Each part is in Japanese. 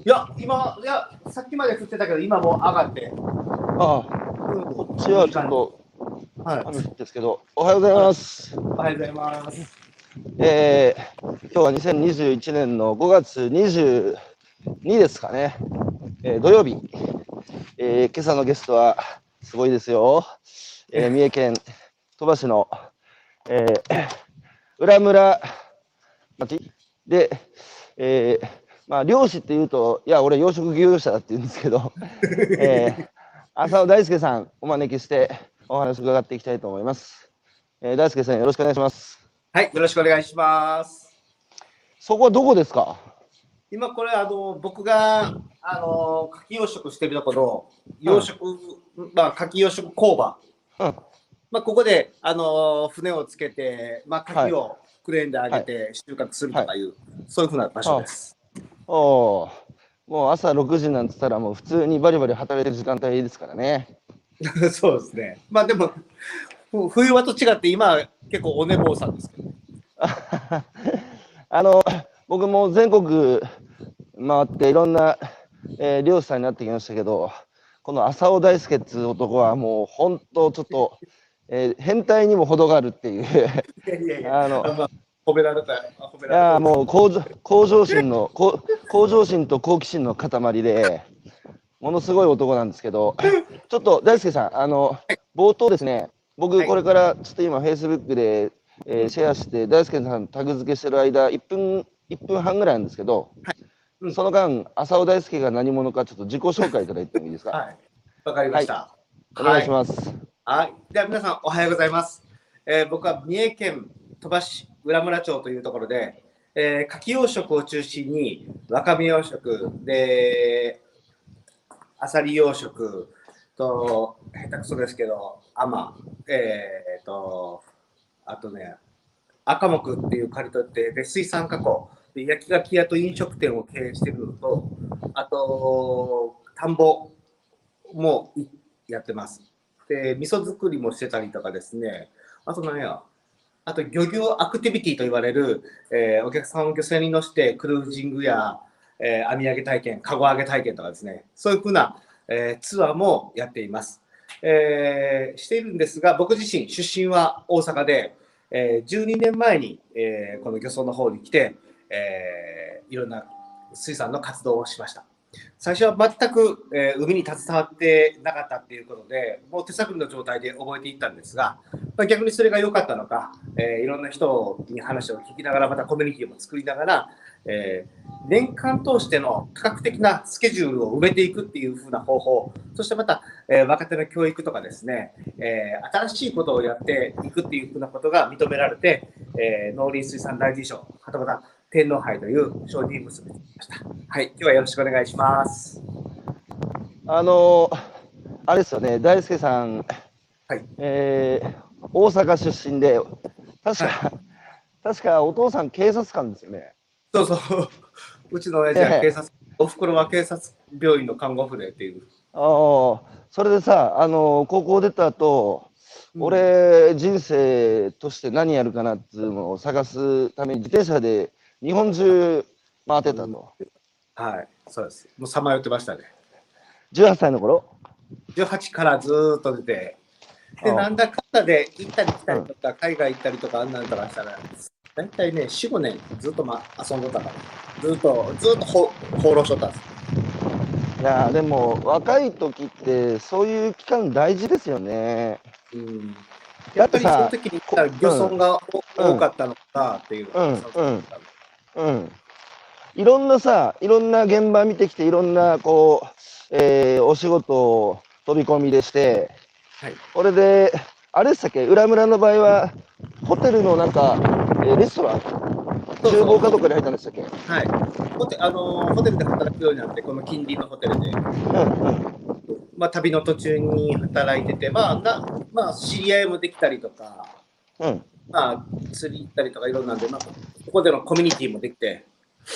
さっきまで降ってたけど、今もう上がって。 ああ、こっちはちょっと雨ですけど、おはようございます。 おはようございます。 今日は2021年の5月22ですかね、土曜日、今朝のゲストはすごいですよ、三重県鳥羽市の、浦村町で、漁師っていうと、いや、俺養殖業者だって言うんですけど、浅尾大輔さんお招きしてお話を伺っていきたいと思います。大輔さん、よろしくお願いします。 はい、よろしくお願いします。 そこはどこですか？ 今これ僕が牡蠣養殖してるところ、養殖、牡蠣養殖工場、ここで船をつけて牡蠣をクレーンで上げて収穫するとかいう、そういうふうな場所です。 もう朝6時なんて言ったらもう普通にバリバリ働いてる時間帯ですからね。 そうですね。でも冬はと違って今は結構お寝坊さんですけど。 僕も全国回っていろんな、漁師さんになってきましたけど、この浅尾大輔っていう男はもう本当ちょっと、変態にも程があるっていう褒められた。 いやもう向上心と好奇心の塊でものすごい男なんですけど、ちょっと大輔さん冒頭ですね、僕これからちょっと今フェイスブックで、シェアして大輔さんタグ付けしてる間1分半ぐらいなんですけど、その間浅尾大輔が何者かちょっと自己紹介いただいてもいいですか？ はい、わかりました。 お願いします。 はい、では皆さんおはようございます。僕は三重県鳥羽市浦村町というところで、牡蠣養殖を中心にわかめ養殖でアサリ養殖と下手くそですけどあとね赤木っていう借り取ってで水産加工で焼き牡蠣屋と飲食店を経営しているのと、あと田んぼもやってます。で味噌作りもしてたりとかですね、あと漁業アクティビティと言われる、お客さんを漁船に乗せてクルージングや、網揚げ体験、カゴ揚げ体験とかですね、そういうふうな、ツアーもやっています。しているんですが、僕自身出身は大阪で、12年前に、この漁村の方に来て、いろんな水産の活動をしました。最初は全く、海に携わってなかったっていうことで、もう手探りの状態で覚えていったんですが、逆にそれが良かったのか、いろんな人に話を聞きながら、またコミュニティも作りながら、年間通しての科学的なスケジュールを埋めていくっていう風な方法、そしてまた、若手の教育とかですね、新しいことをやっていくっていう風なことが認められて、農林水産大臣賞、はたまた天皇杯という賞に結びつきました。はい、今日はよろしくお願いします。 あれですよね、大輔さん、大阪出身で、確かお父さん警察官ですよね。 そうそう、うちの親父は警察、おふくろは警察病院の看護婦でっていう。 それでさ、高校出た後、俺人生として何やるかなっていうのを探すために自転車で日本中回ってたと。 はい、そうです。もうさまよってましたね。 18歳の頃 18からずっと出て、で、なんだかんだで行ったり来たりとか、海外行ったりとか、あんなんとかしたら、大体ね、4、5年ずっと遊んでたから、ずっと放浪しとったんです。 いやでも若い時ってそういう期間大事ですよね。 やっぱりその時に漁村が多かったのかっていういろんな現場見てきて、いろんなお仕事を飛び込みでして、これであれでしたっけ、浦村の場合はホテルのレストラン厨房かどっかで入ったんでしたっけ？ はい、ホテルで働くようになって、この近隣のホテルで、旅の途中に働いてて、知り合いもできたりとか、釣り行ったりとかいろんなんで、ここでのコミュニティもできて、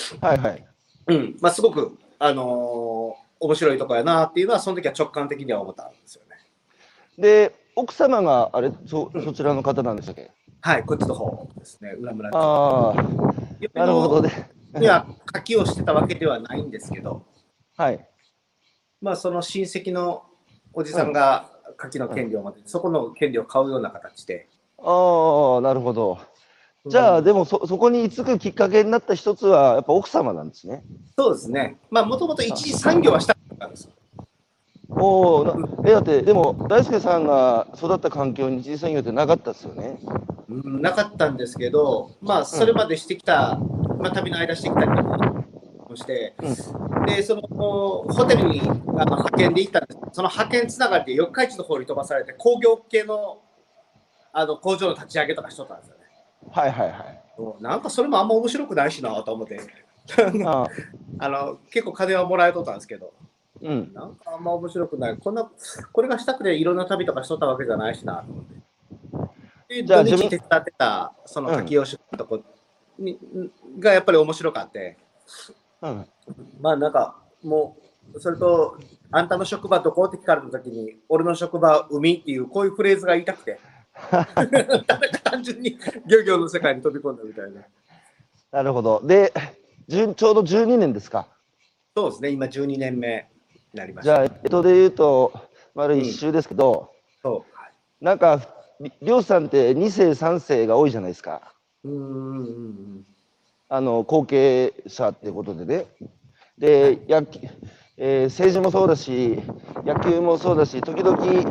すごく、面白いところやなっていうのは、その時は直感的には思ったんですよね。 で、奥様がそちらの方なんでしたっけ？ はい、こっちの方ですね、浦村町。 なるほどね。 には牡蠣をしてたわけではないんですけど、 はい。 まあ、その親戚のおじさんが牡蠣の権利を持って、そこの権利を買うような形で。 ああ、なるほど。じゃあ、 うん、 でもそこに居つくきっかけになった一つは、やっぱ奥様なんですね。 そうですね。まあ、もともと一次産業はしたかったんですよ。 おお、だって、でも、大輔さんが育った環境に一次産業ってなかったですよね。 うん、なかったんですけど、まあ、 うん、 それまでしてきた、まあ、旅の間してきたりとかもして、 うん。 で、そのホテルに派遣で行ったんです。その派遣つながりで四日市の方に飛ばされて、工業系の工場の立ち上げとかしとったんですよね。 はいはいはい。 なんかそれもあんま面白くないしなと思って、 ああ、 結構金はもらえとったんですけど、 うん。 なんかあんま面白くない。これがしたくていろんな旅とかしとったわけじゃないしなと思って。で、 じゃあ、自分、 土日手伝ってた、そのうん、 牡蠣養殖のとこにがやっぱり面白かって、 うん。 まあなんかもう、それと、あんたの職場どこって聞かれたときに、俺の職場海っていうこういうフレーズが言いたくて、単純に漁業の世界に飛び込んだみたいな。 なるほど。で、ちょうど12年ですか。 そうですね、今12年目になりました。 じゃあ、で言うと、丸うん、 一周ですけど、 そなんか、漁師さんって2世、3世が多いじゃないですか。 う。ん。 後継者っていうことでね。 はい。 で、政治もそうだし、野球もそうだし、時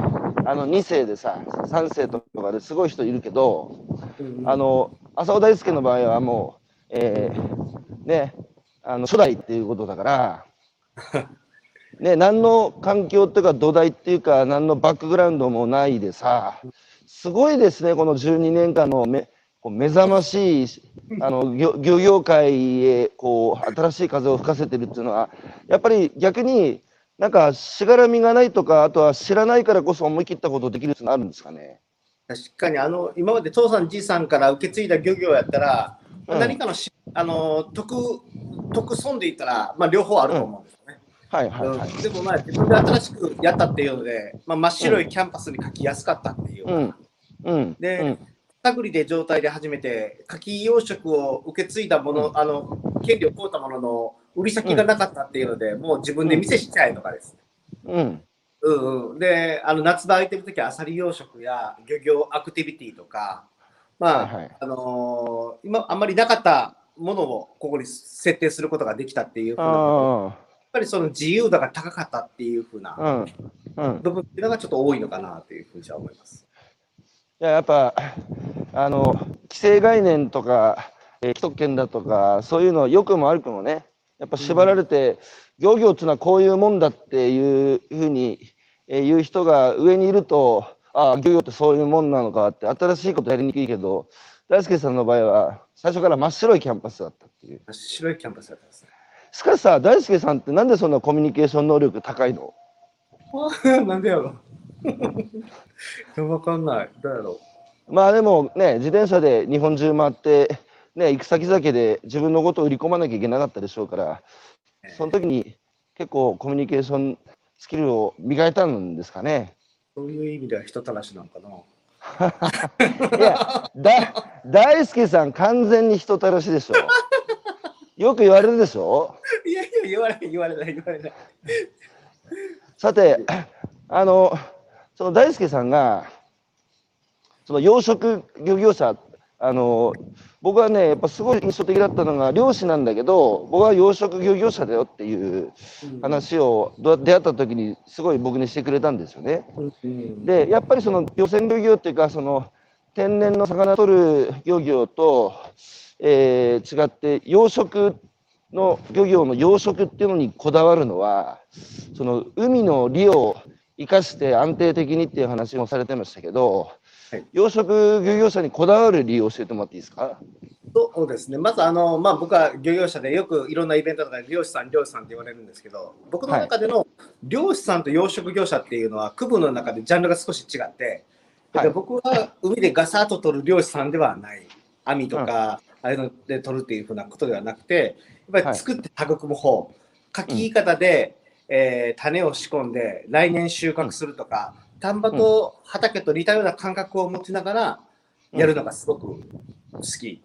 々、2世でさ、3世とかですごい人いるけど、 うん浅尾大輔の場合はもう、 うん。 ね、初代っていうことだから、ね、何の環境っていうか土台っていうか何のバックグラウンドもないでさ、すごいですね、この12年間のこう目覚ましい漁業界へこう新しい風を吹かせてるっていうのは、やっぱり逆になんかしがらみがないとか、あとは知らないからこそ思い切ったことできるっていうのあるんですかね。 確かに今まで父さんじいさんから受け継いだ漁業やったら、 うん、 何かの得損で言ったら、まあ、両方あるとうん、 思うんですよね。 はいはいはい。 でもまあ自分で新しくやったっていうので、まあ、真っうん、 白いキャンパスに書きやすかったっていううん、 か、 うん、うで、 ん、 探りで状態で初めて牡蠣養殖を受け継いだもうん、 の、権利を買うたものの売り先がうん、 なかったっていうので、もう自分うん、 で店しちゃえとかですね。 うん。 で、夏場空いてるときはアサリ養殖や漁業アクティビティとか、まあ、 はいはい。 今あんまりなかったものをここに設定することができたっていうふうなこと、やっあぱりその自由度が高かったっていうふうなあ、うん、うん。 部分っていうのがちょっと多いのかなというふうには思います。 やっぱ規制概念とか、既得権だとか、そういうの良くも悪くもね、やっぱ縛らうん、 れて、漁業っていうのはこういうもんだっていうふうに、言う人が上にいると、ああ、漁業ってそういうもんなのかって、新しいことやりにくいけど、大輔さんの場合は、最初から真っ白いキャンパスだったっていう。 白いキャンパスだったんですね。 しかしさ、大輔さんってなんでそんなコミュニケーション能力高いの？ なんでやろう。わかんない。どうやろまあでもね、自転車で日本中回って、ね、行く先々で自分のことを売り込まなきゃいけなかったでしょうから、 う。 その時に結構コミュニケーションスキルを磨いたんですかね。 そういう意味では人たらしなのかな。 いや、大輔さん完全に人たらしでしょ。よく言われるでしょ。 いやいや、言われない、言われない。 さて、あの、その大輔さんが、その養殖漁業者、あの僕はね、やっぱすごい印象的だったのが、漁師なんだけど、僕は養殖漁業者だよっていううん話を出会った時に、すごい僕にしてくれたんですよね。 うんうんで、やっぱりその漁船漁業っていうか、その天然の魚取る漁業と、違って、養殖の漁業の養殖っていうのにこだわるのは、その海の利を生かして安定的にっていう話もされてましたけど、 はい、 養殖漁業者にこだわる理由を教えてもらっていいですか？ そうですね、まずまあ、僕は漁業者でよくいろんなイベントとかで漁師さん、漁師さんって言われるんですけど、僕のはい。 中での漁師さんと養殖業者っていうのは、区分の中でジャンルが少し違って、だはい。 から僕は海でガサッと取る漁師さんではない、網うん。 とか、ああいうので取るっていうふうなことではなくて、やっぱはい。 り作って育む方、書うん。 き方で、種を仕込んで、来年収うん。 穫するとか、田んぼうん。 と畑と似たような感覚を持ちながらうん。 やるのがすごく好き。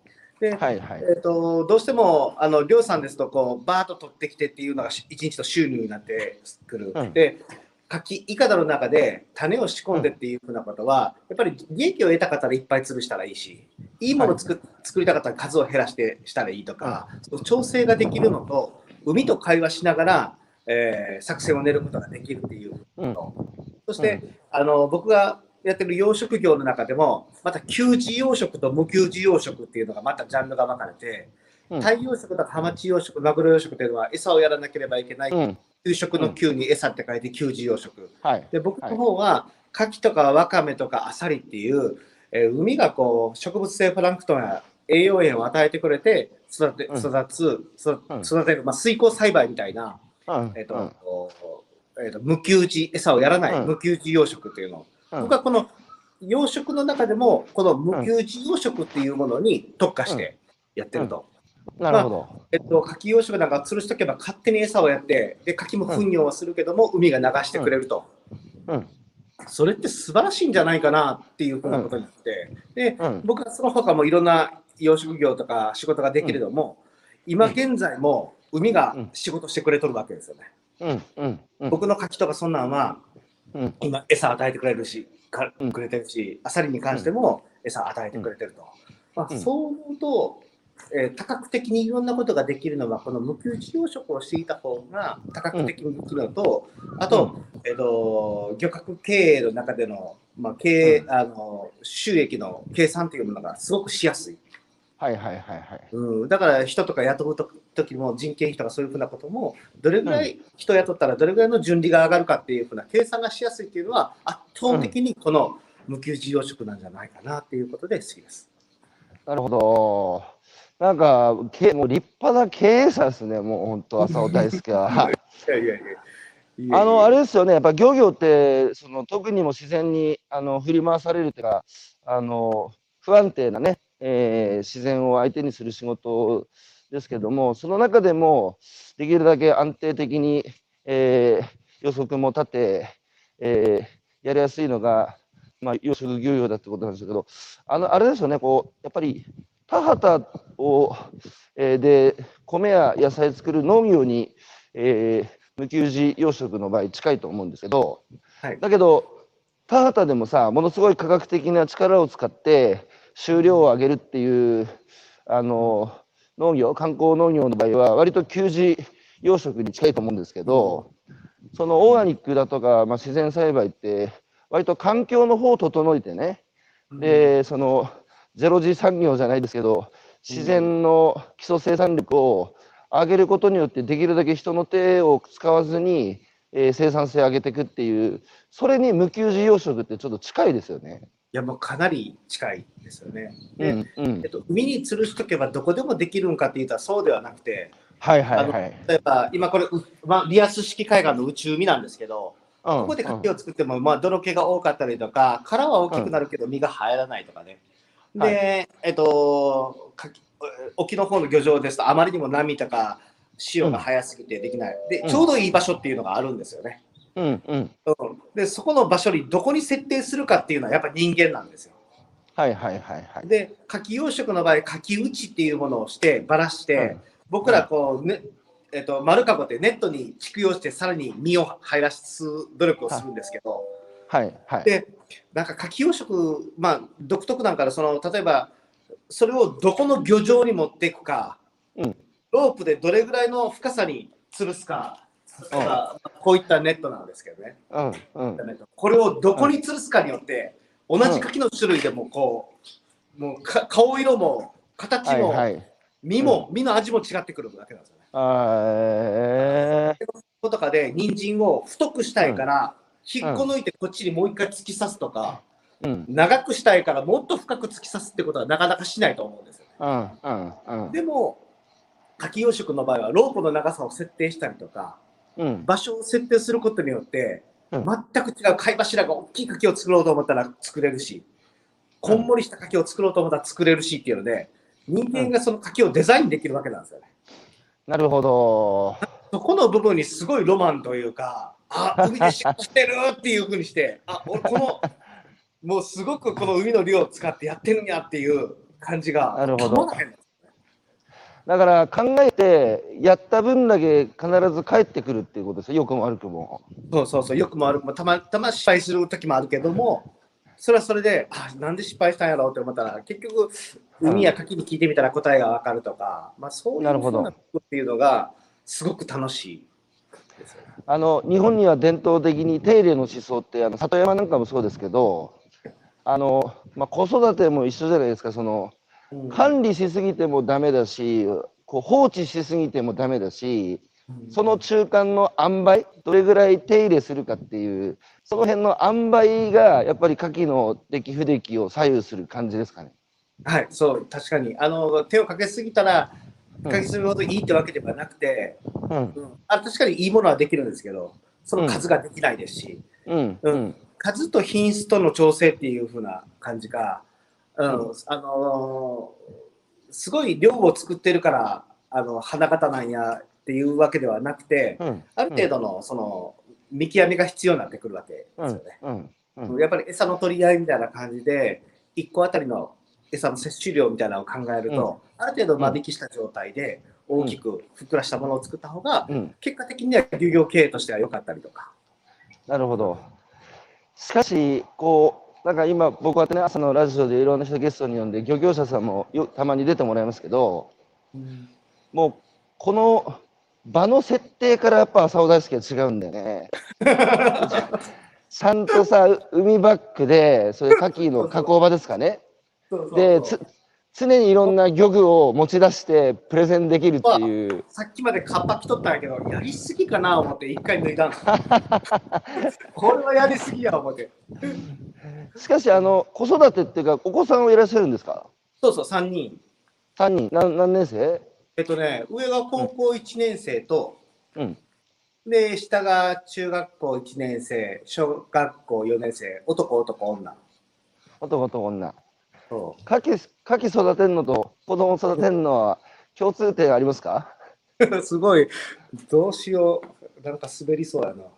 で、 はいはい。 どうしても漁師さんですとこうバーッと取ってきてっていうのが一日の収入になってくる。 うん。 で、いかだの中で種を仕込んでうん。 っていうふうなことは、やっぱり利益を得たかったらいっぱい潰したらいいし、いいもはい。 のを作りたかったら数を減らしてしたらいいとうん。 か、その調整ができるのと、海と会話しながら、作戦を練ることができるっていううん。 こと。そしうん。 て僕がやってる養殖業の中でも、また給仕養殖と無給仕養殖っていうのがまたジャンルが分かれて、 うん。 タイ養殖とかハマチ養殖、マグロ養殖っていうのは餌をやらなければいけない。 うん。 給食うん。 の給に餌って書いて給仕養殖。 はい。 で、僕のはい。 方は、牡蠣とかワカメとかアサリっていう、海がこう植物性プランクトンや栄養塩を与えてくれてうん。うん。 育てる、まあ、水耕栽培みたいな、 うん。 えっとうん。 無給仕、餌をやらないうん。 無給仕養殖っていうのを、 うん。 僕はこの養殖の中でも、この無うん。 給仕養殖っていうものに特化うん。 してやってうん。 ると。 なるほまあ、 ど。 牡蠣養殖なんか吊るしとけば勝手に餌をやって、で、牡蠣もうん。 糞尿はするけども、海が流してうん。 くれると。 うん。 それって素晴らしいんじゃないかなっていうふううん。 なことになって、で、 うん。 僕はその他もいろんな養殖業とか仕事がでうん。 きれども、 うん。 今現在も海がうん。 仕事してくれとるわけですよね。 うん。うん。うん。 僕の牡蠣とかそんなんは、 うん。 今餌与えてくれるし、 うん。 くれてるし、アサリに関してうん。 も餌与えてうん。 くれてると。まあ、 うん。 そう思うと、多角的にいろんなことができるのは、この無給仕養殖をしていた方が多角的にできるのと、あうん。 と、漁獲経営の中での、まあ、経営うん。 収益の計算というものがすごくしやすい。 はいはいはいはい。 だから人とか雇うときも人件費とかそういうふうなこともどれぐうん。 らい人雇ったらどれぐらいの純利が上がるかっていうふうな計算がしやすいっていうのは圧倒うん。 的にこの無給事業職なんじゃないかなっていうことで好きです。 なるほど。なんか、もう立派な経営者ですね、もう本当、浅尾大輔は。 いやいやいやいえいえあれいえ。 ですよね、やっぱ漁業って、特にも自然に振り回されるというか、あの不安定なね、自然を相手にする仕事ですけども、その中でも、できるだけ安定的に、予測も立て、やりやすいのが、まあ、養殖漁業だってことなんですけど、あれですよね、やっぱり田畑を、で米や野菜作る農業に、無給仕養殖の場合近いと思うんですけど、 はい。 だけど田畑でもさ、ものすごい科学的な力を使って収量を上げるっていう観光農業の場合は割と給仕養殖に近いと思うんですけど、そのオーガニックだとか、まあ、自然栽培って割と環境の方を整えてね、でゼロ次産業じゃないですけど、自然の基礎生産力を上げることによってできるだけ人の手を使わずに、生産性を上げていくっていう、それに無給事養殖ってちょっと近いですよね。 いやもうかなり近いですよね。で、 うんうん。 海に吊るしとけばどこでもできるんかって言ったらそうではなくて、 はいはいはい。 例えば今これ、まあ、リアス式海岸の内海なんですけど、 うんここで牡うん蠣を作っても、まあ、泥気が多かったりとか、殻は大うん。 きくなるけど身が入らないとかね。 はい。 で、沖の方の漁場ですと、あまりにも波とか潮がうん速すぎてできない。で、 うんちょうどいい場所っていうのがあるんですよね。 うんうん。 で、そこの場所にどこに設定するかっていうのはやっぱ人間なんですよ。 はいはいはいはい。 で、牡蠣養殖の場合、牡蠣打ちっていうものをして、ばらして、 うん僕らうんこう、ね丸かごってネットに蓄養して、さらに身を入らす努力をするんですけど、 はいはい。 で、なんか牡蠣養殖、まあ、独特なんから、例えば、それをどこの漁場に持っていくか、 うんロープでどれぐらいの深さに吊るすか、 うん例えば、こういったネットなんですけどね。 うんうんこれをどうんこに吊るすかによって、同じうん牡蠣の種類でももう顔色も形もはいはい。うん。 身の味も違ってくるわけなんですよね。 あとかで人参を太くしたいかうんら引っこうん抜いてこっちにもう一回突き刺すとか、 うん長くしたいからもっと深く突き刺すってことはなかなかしないと思うんですよね。 うんうんうんでも牡蠣養殖の場合はロープの長さを設定したりとかうん場所を設定することによってうん全く違う貝柱が大きい牡蠣を作ろうと思ったら作れるし、こんもりした牡蠣を作ろうと思ったら作れるしっていうので、人間がその牡蠣をデザインできるわけなんですよね。 なるほど。 そこの部分にすごいロマンというか、あ、海で仕事してるっていうふうにして、あ、俺もうすごくこの海の量を使ってやってるんやっていう感じがなるほど。 たまらへん。 だから考えて、やった分だけ必ず返ってくるっていうことですよ、良くも悪くも。 そうそうそう、よくも悪くも、たまたま失敗する時もあるけども、それはそれで、なんで失敗したんやろうって思ったら、結局、海や牡蠣に聞いてみたら答えが分かるとか、まあ、そういうふうなことっていうのが、すごく楽しいですよね。 日本には伝統的に手入れの思想って、里山なんかもそうですけど、子育ても一緒じゃないですか、管理しすぎてもダメだし、放置しすぎてもダメだし、その中間の塩梅、どれぐらい手入れするかっていう、その辺の塩梅がやっぱり牡蠣の出来不出来を左右する感じですかね。 はい、そう、確かに。手をかけすぎたら、かけすぎるほどいいってわけではなくて、確かにいいものはできるんですけど、その数ができないですし、数と品質との調整っていう風な感じが、すごい量を作ってるから花形なんやっていうわけではなくて、ある程度のその見極めが必要になってくるわけですよね。やっぱり餌の取り合いみたいな感じで、1個あたりの餌の摂取量みたいなのを考えると、ある程度間引きした状態で大きくふっくらしたものを作った方が、結果的には漁業経営としては良かったりとか。 なるほど。しかし、なんか今、僕はね、朝のラジオでいろんな人ゲストに呼んで、漁業者さんもたまに出てもらいますけど、もう、この場の設定からやっぱ浅尾大輔は違うんだよね。ちゃんとさ、海バックで、それ牡蠣の加工場ですかね。で、常にいろんな漁具を持ち出してプレゼンできるっていう。 さっきまでカッパ着とったんやけど、やりすぎかな思って一回脱いだんです。これはやりすぎや思って。 しかし、子育てっていうか、お子さんはいらっしゃるんですか？ そうそう、3人。 3人。何年生？ 上が高校1年生と、で、下が中学校1年生、小学校4年生、男、女。 男、女。牡蠣育てるのと子供育てるのは共通点ありますか？ すごい、どうしよう、なんか滑りそうやな。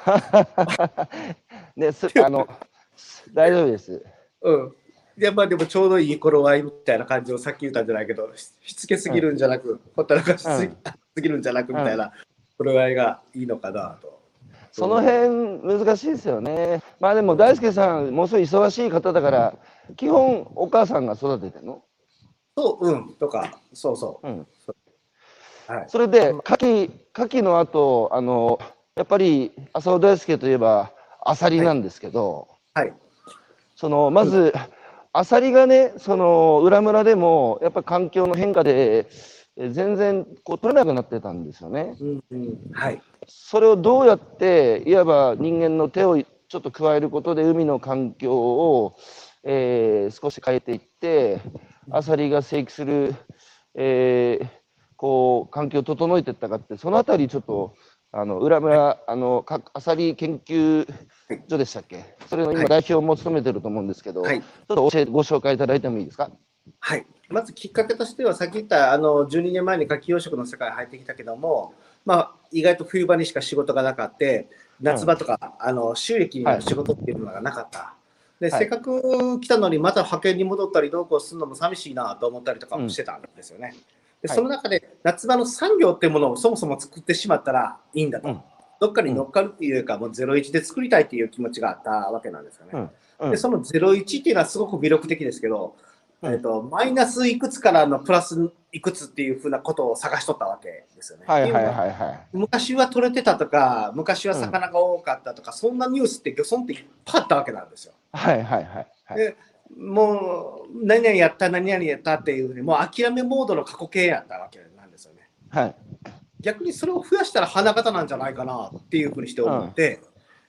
ね、大丈夫です。 やっぱでもちょうどいい頃合いみたいな感じをさっき言ったんじゃないけど、しつけすぎるんじゃなく、ほったらかしすぎるんじゃなくみたいな頃合いがいいのかなと。 その辺難しいですよね。まあでも大輔さんもうすごい忙しい方だから基本お母さんが育ててるの？ とかそうそう。 それで牡蠣の後やっぱり浅尾大輔といえばアサリなんですけど、まずアサリがね裏村でもやっぱ環境の変化で全然取れなくなってたんですよね。それをどうやっていわば人間の手をちょっと加えることで海の環境を、少し変えていってアサリが生育する、環境を整えていったかってそのあたりちょっと裏村アサリ研究所でしたっけ、それの今代表も務めてると思うんですけど、ちょっとご紹介いただいてもいいですか？ はい、まずきっかけとしては、さっき言った12年前に牡蠣養殖の世界に入ってきたけども、意外と冬場にしか仕事がなかった、夏場とか、収益になる仕事っていうのがなかった。で、せっかく来たのに、また派遣に戻ったり、どうこうするのも寂しいなと思ったりとかもしてたんですよね。でその中で、夏場の産業っていうものをそもそも作ってしまったらいいんだと。どっかに乗っかるっていうか、もう01で作りたいっていう気持ちがあったわけなんですよね。で、その01っていうのはすごく魅力的ですけど、マイナスいくつからのプラスいくつっていうふうなことを探しとったわけですよね。昔は取れてたとか、昔は魚が多かったとか、そんなニュースって漁村っていっぱいあったわけなんですよ。でもう何々やった何々やったっていうふうにもう諦めモードの過去形やったわけなんですよね。逆にそれを増やしたら花形なんじゃないかなっていうふうにして思って、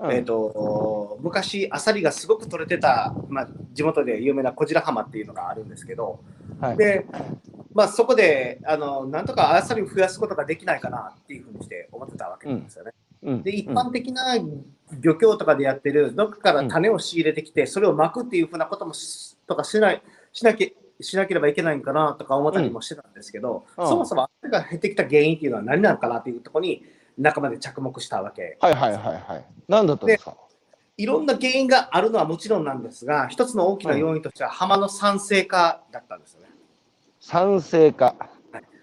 昔アサリがすごく取れてた、地元で有名な小白浜っていうのがあるんですけど、でそこでなんとかアサリを増やすことができないかなっていうふうにして思ってたわけなんですよね。で一般的な漁協とかでやってるどっかから種を仕入れてきてそれを巻くっていうふうなこともしなければいけないんかなとか思ったりもしてたんですけど、そもそもアサリが減ってきた原因っていうのは何なのかなっていうところに仲間で着目したわけ。 何だったんですか？ いろんな原因があるのはもちろんなんですが、一つの大きな要因としては浜の酸性化だったんですよね。 酸性化。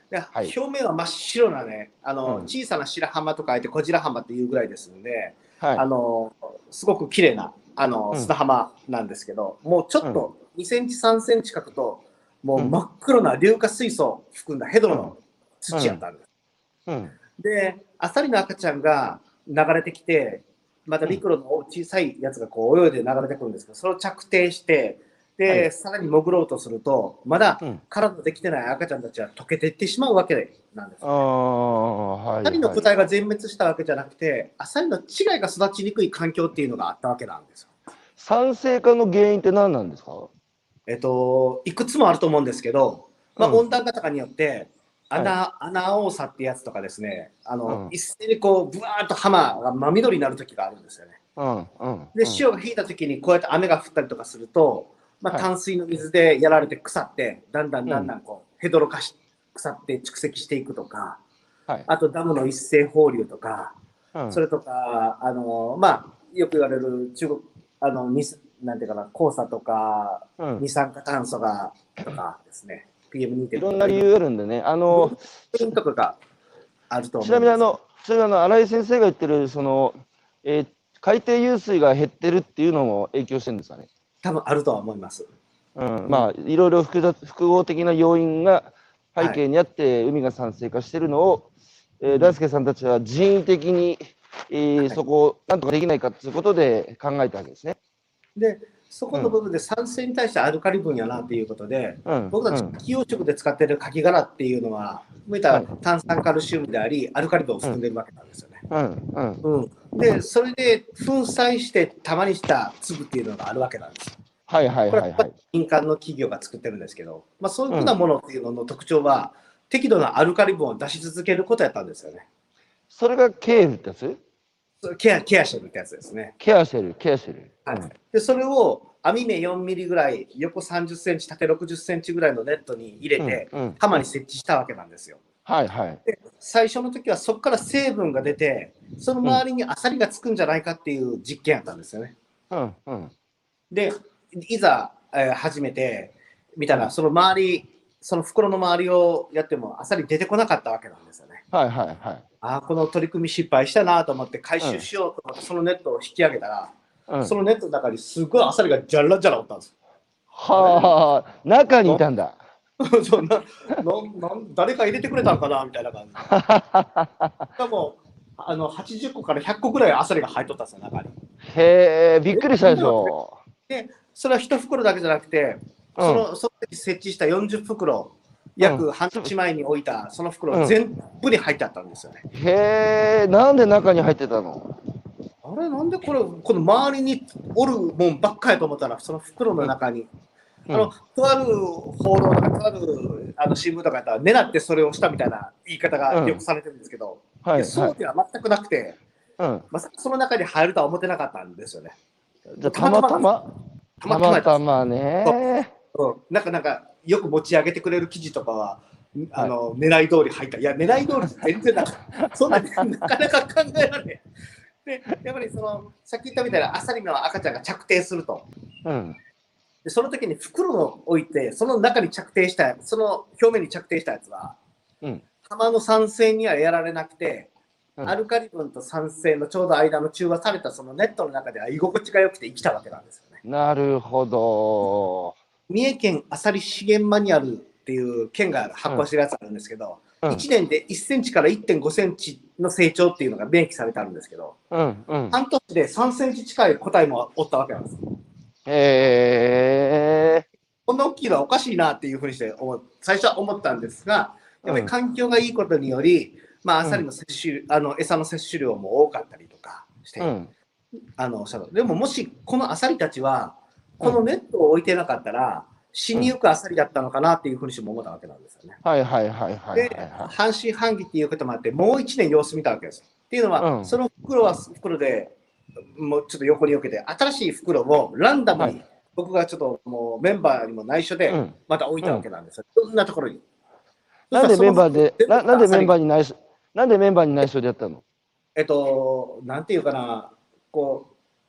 ではい。 表面は真っ白なね、 うん。 小さな白浜と書いて小白浜っていうぐらいですので、 はい。 すごく綺麗なうん。 砂浜なんですけど、もうちょうん。 っと2センチ、3センチ角と、もうん。 う真っ黒な硫化水素を含んだヘドうん。 ロのうん。 土やったんです。 うん。 で、アサリの赤ちゃんが流れてきて、またうん。 陸路の小さいやつがこう泳いで流れてくるんですけど、それを着底して、で、 はい。 さらに潜ろうとすると、まだうん。 体できてない赤ちゃんたちは溶けていってしまうわけなんですあよね。 あ、 アサリのはいはい。 個体が全滅したわけじゃなくて、アサリの稚貝が育ちにくい環境っていうのがあったわけなんですよ。 酸性化の原因って何なんですか？ いくつもあると思うんですけど、まあ、 うん。 温暖化とかによって、 はい。 穴青さってやつとかですね、 うん。 一斉にこう、ぶわーっと浜が真緑になる時があるんですよね。 うん。うん。 で、 うん。 潮が引いた時にこうやって雨が降ったりとかすると、まあ、 はい。 淡水の水でやられて腐って、だんだんうん。 だんだんこう、ヘドロ化し、腐って蓄積していくとか、 はい。 あとダムの一斉放流とか、 うん。 それとか、まあ、よく言われる中国、なんていうかな、黄砂とか、 うん。 二酸化炭素が、とかですね、PM2.5 とか、 いろんな理由あるんでね。 いろんな原ち因とかがあるとちなみに思うんですけど、 新井先生が言ってる、えー海底湧水が減ってるっていうのも影響してるんですかね。 多分あるとは思います。 うん。 うん、 まあ、いろいろ複合的な要因が背はい。 景にあって、海が酸性化してるのを、大うん、 輔さんたちは人為的に、 はい。 そこをなんとかできないかということで考えたわけですね。 で、そこうん。 の部分で酸性に対してアルカリ分やなっていうことで、 うん。 僕たちうん。 企養殖で使っているカキ殻っていうのは、向いたはい。 炭酸カルシウムであり、アルカリ分をうん。 含んでいるわけなんですよね。 うん。うん。 うん、で、それで粉砕して玉にした粒っていうのがあるわけなんです。 はいはいこれははいはい。 民間の企業が作ってるんですけど、まあ、そういうふうなうん。 ものっていうのの特徴は、適度なアルカリ分を出し続けることやったんですよね。 それがケールってやつ？ ケアしてるってやつですね。 ケアしてる、ケアしてる。 はい、 うん。 でそれを網目4ミリぐらい、横30センチ、縦60センチぐらいのネットに入れうん。 て、 うん。うん。 浜に設置したわけなんですよ。 はいはい。 で最初の時はそこから成分が出て、そのうん。 周りにアサリがつくんじゃないかっていう実験やったんですよね。 うん。うん。 で、いざ、始めてみたら、 うん。 その周り、その袋の周りをやっても、アサリ出てこなかったわけなんですよね。 はいはいはい。 ああ、この取り組み失敗したなと思って回うん。 収しようと思って、そのネットを引き上げたら、 うん。 そのネットの中にすごいアサリがじゃらじゃらおったんです。あれはあ、中にいなたんだ。 そんな誰か入れてくれたんかなみたいな感じで。しかも、80個から100個ぐらいアサリが入っとったんですよ、中に。 へえ、びっくりしたでしなんだろうょで、それは1袋だけじゃなくて、 う。うん。 その時設置した40袋、 うん。 約半年前に置いたその袋うん。 全部に入ってあったんですよね。 へえ、なんで中に入ってたの？ あれ、なんでこれ、この周りにおるもんばっかりと思ったら、その袋のうん。 中に、 うん。 とある報道とか、とある新聞とかやったら、狙ってそれをしたみたいな言い方がよくうん。 されてるんですけど、いや、 はいはい。 そうでは全くなくて、 うん。 まさかその中に入るとは思ってなかったんですよね。 じゃあ、 たまたまなんですよ。たまたまたまやったんです。 たまね。 うん、なんか、よく持ち上げてくれる記事とかは、 はい。 狙い通り入った。いや、狙い通り全然なかった。そんなになかなか考えられない。で、やっぱりさっき言ったみたいなアサリの赤ちゃんが着底すると。 うん。 で、その時に袋を置いて、その中に着底した、その表面に着底したやつは、 うん。 浜の酸性にはやられなくて、 うん。 アルカリ分と酸性のちょうど間の中和されたそのネットの中では居心地が良くて生きたわけなんですよね。 なるほど。 三重県アサリ資源マニュアルっていう県がうん。 発行してるやつあるんですけど、 うん。 1年で1センチから1.5センチの成長っていうのが明記されてあるんですけど、 うん。うん。 半年で3センチ近い個体もおったわけなんです。 へえ。 こんな大きいのはおかしいなっていうふうにして最初は思ったんですが、やっぱりうん。 環境がいいことにより、まあ、アサリうん。 の摂取、餌の摂取量も多かったりとかして、 うん。 でももしこのアサリたちは、 うん。 このネットを置いてなかったら、死うん。 にゆくアサリだったのかなっていうふうにしても思ったわけなんですよね。 はいはいはいはいはいで、 はい。 半信半疑っていうこともあって、もう1年様子見たわけです。っていうのは、 うん。 その袋は袋でもうちょっと横に避けて、新しい袋をランダムに、 はい。 僕がちょっともうメンバーにも内緒で、 うん。 また置いたわうん。 けなんですよ。いろんなところに。そしなんでたらそのメンバーで、 袋全部なんでメンアサリが、 バーに内緒、なんでメンバーに内緒でやったの？ なんていうかな、こう、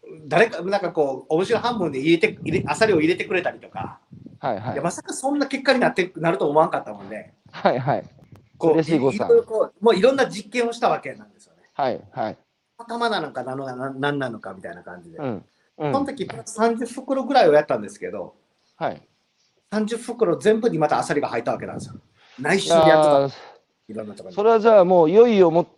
誰か、なんかこう、面白半分でアサリを入れてくれたりとか、 はいはい。 いやまさかそんな結果になると思わんかったもんで、 はいはい。 こう、 嬉しい誤算。 いろいろこう、もういろんな実験をしたわけなんですよね。 はいはい。 頭なのか何なのかみたいな感じで。 うん。うん。 その時、30袋ぐらいをやったんですけど、 はい。 30袋全部にまたアサリが入ったわけなんですよ。内い緒でやってた。 やー、 いろんなところに。 それはじゃあもういよいよもって、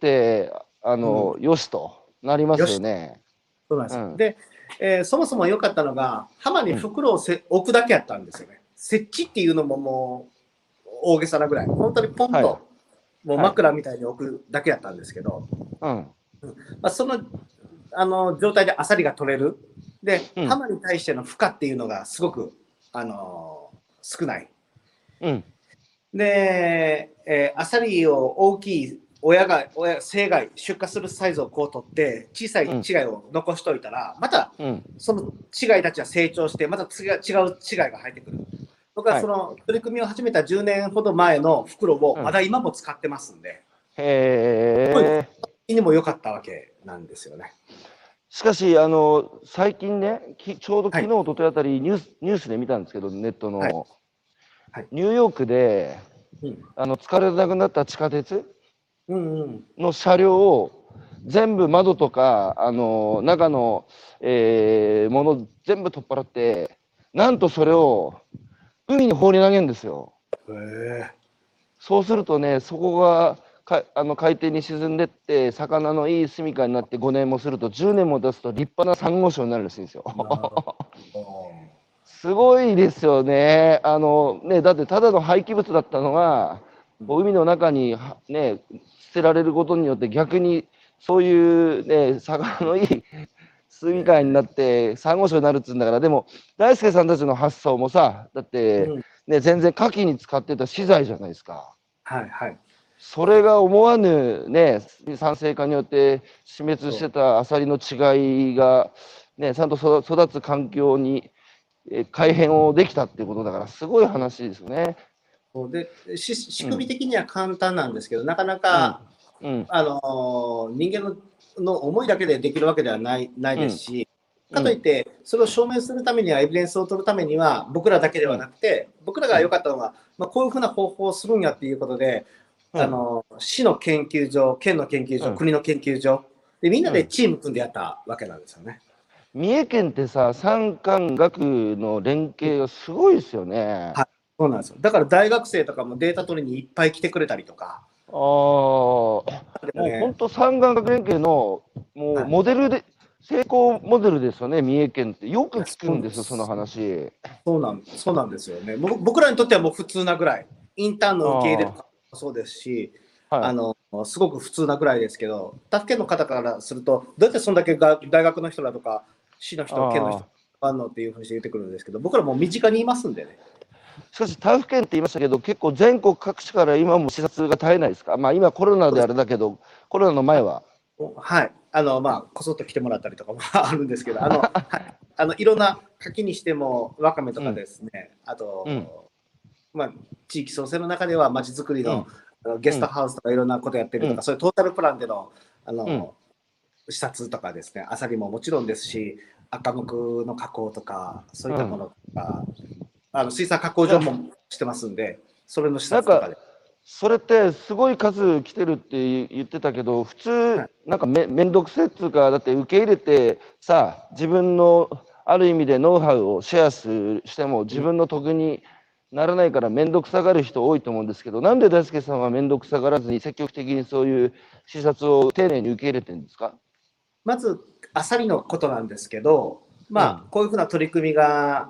うん。 よしとなりますよし。 よね。 そうなんですよ。 うん。 で、そもそも良かったのが、浜にうん。 袋を置くだけやったんですよね。設置っていうのももう大げさなぐらい。本当にポンはい。 と、もうはい。 枕みたいに置くだけやったんですけど、 うん。 その、状態でアサリが取れる。で、 うん。 浜に対しての負荷っていうのがすごく、少ない。 うん。 で、アサリを大きい生涯出荷するサイズをこう取って小さいうん。 稚貝を残しといたらまたうん。 その稚貝たちは成長してまた違う稚貝が入ってくる。僕ははい。 その取り組みを始めた10年ほど前の袋をうん。 まだ今も使ってますんで、すごいへえ。 にも良かったわけなんですよね。 しかし、最近ね、ちょうど昨日、 はい一昨日あたりニュースで見たんですけど、ネットはいの、 はい。 ニューヨークで、 うん使われなくなった地下鉄うんうんの車両を全部窓とか、中の、もの全部取っ払って、なんとそれを海に放り投げるんですよ。 へえ。 そうするとね、そこが海底に沈んでって、魚のいい住処になって5年もすると、10年も経つと立派なサンゴ礁になるらしいんですよ。 なるほど。 すごいですよね。だってただの廃棄物だったのが、こう海の中にね、捨てられることによって逆にそういうね、魚のいい住処になって、サンゴ礁になるっつうんだから、でも、大輔さんたちの発想もさ、だって、 うん。 ね、全然牡蠣に使ってた資材じゃないですか。 はいはい。 それが思わぬね、酸性化によって死滅しそう。 てたアサリの違いが、ね、ちゃんと育つ環境に改変をできたっていうことだから、すごい話ですよね。 そうで、仕うん、 組み的には簡単なんですけど、なかなうん、 か、 うん、 人間の思いだけでできるわけではないうん、 ですし、 うん、 かといって、それを証明するためには、エビデンスを取るためには、僕らだけではうん、 なくて、僕らが良かったのは、こういうふうな方法をするんやっていうことで、 うん、 市の研究所、県の研究所、 うん、 国の研究所で、みんなでうん。 チーム組んでやったわけなんですよね。 三重県ってさ、産官学の連携がすごいですよね。 はい、そうなんですよ。だから大学生とかもデータ取りにいっぱい来てくれたりとか、 ああ、もう本ね、 当産官学連携のもうはい、 モデルで、成功モデルですよね、三重県って。よくいや、 聞くんですよ、その話。 そうなんですよね。僕らにとってはもう普通なぐらい、インターンの受け入れとあかもそうですし、 あ、はい。 すごく普通なぐらいですけど、他府県の方からすると、どうやってそんだけ大学の人だとか、市の人、県の人ああ。 あんのっていうふうにして言ってくるんですけど、僕らもう身近にいますんでね。 しかし、他府県って言いましたけど、結構全国各地から今も視察が絶えないですか。まあ今コロナであそうです。 れだけど、コロナの前は。 はい。こそっと来てもらったりとかもあるんですけど、はい。いろんな柿にしても、わかめとかうん、 ですね、あうん、 と、地域創生の中では、まちづくりのうん、 ゲストうん、 ハウスとかいろんなことやってるとか、 うん、 そういうトータルプランでの、あうん。 の、視察とかですね、アサリももちろんですし、赤目の加工とか、そういったもうん。 のとか、水産加工いや、 場もしてますんで、それの視なんか、 察とかで。 それってすごい数来てるって言ってたけど、普通、 はい。 なんかめんどくせえっつうか、だって受け入れてさ、自分のある意味でノウハウをシェアしても自分の得にならないからめんどくさがる人多いと思うんですけど、なんで大輔さんはめんどくさがらずに積極的にそういう視察を丁寧に受け入れてるんですか？ まず、アサリのことなんですけど、 うん、 こういうふうな取り組みが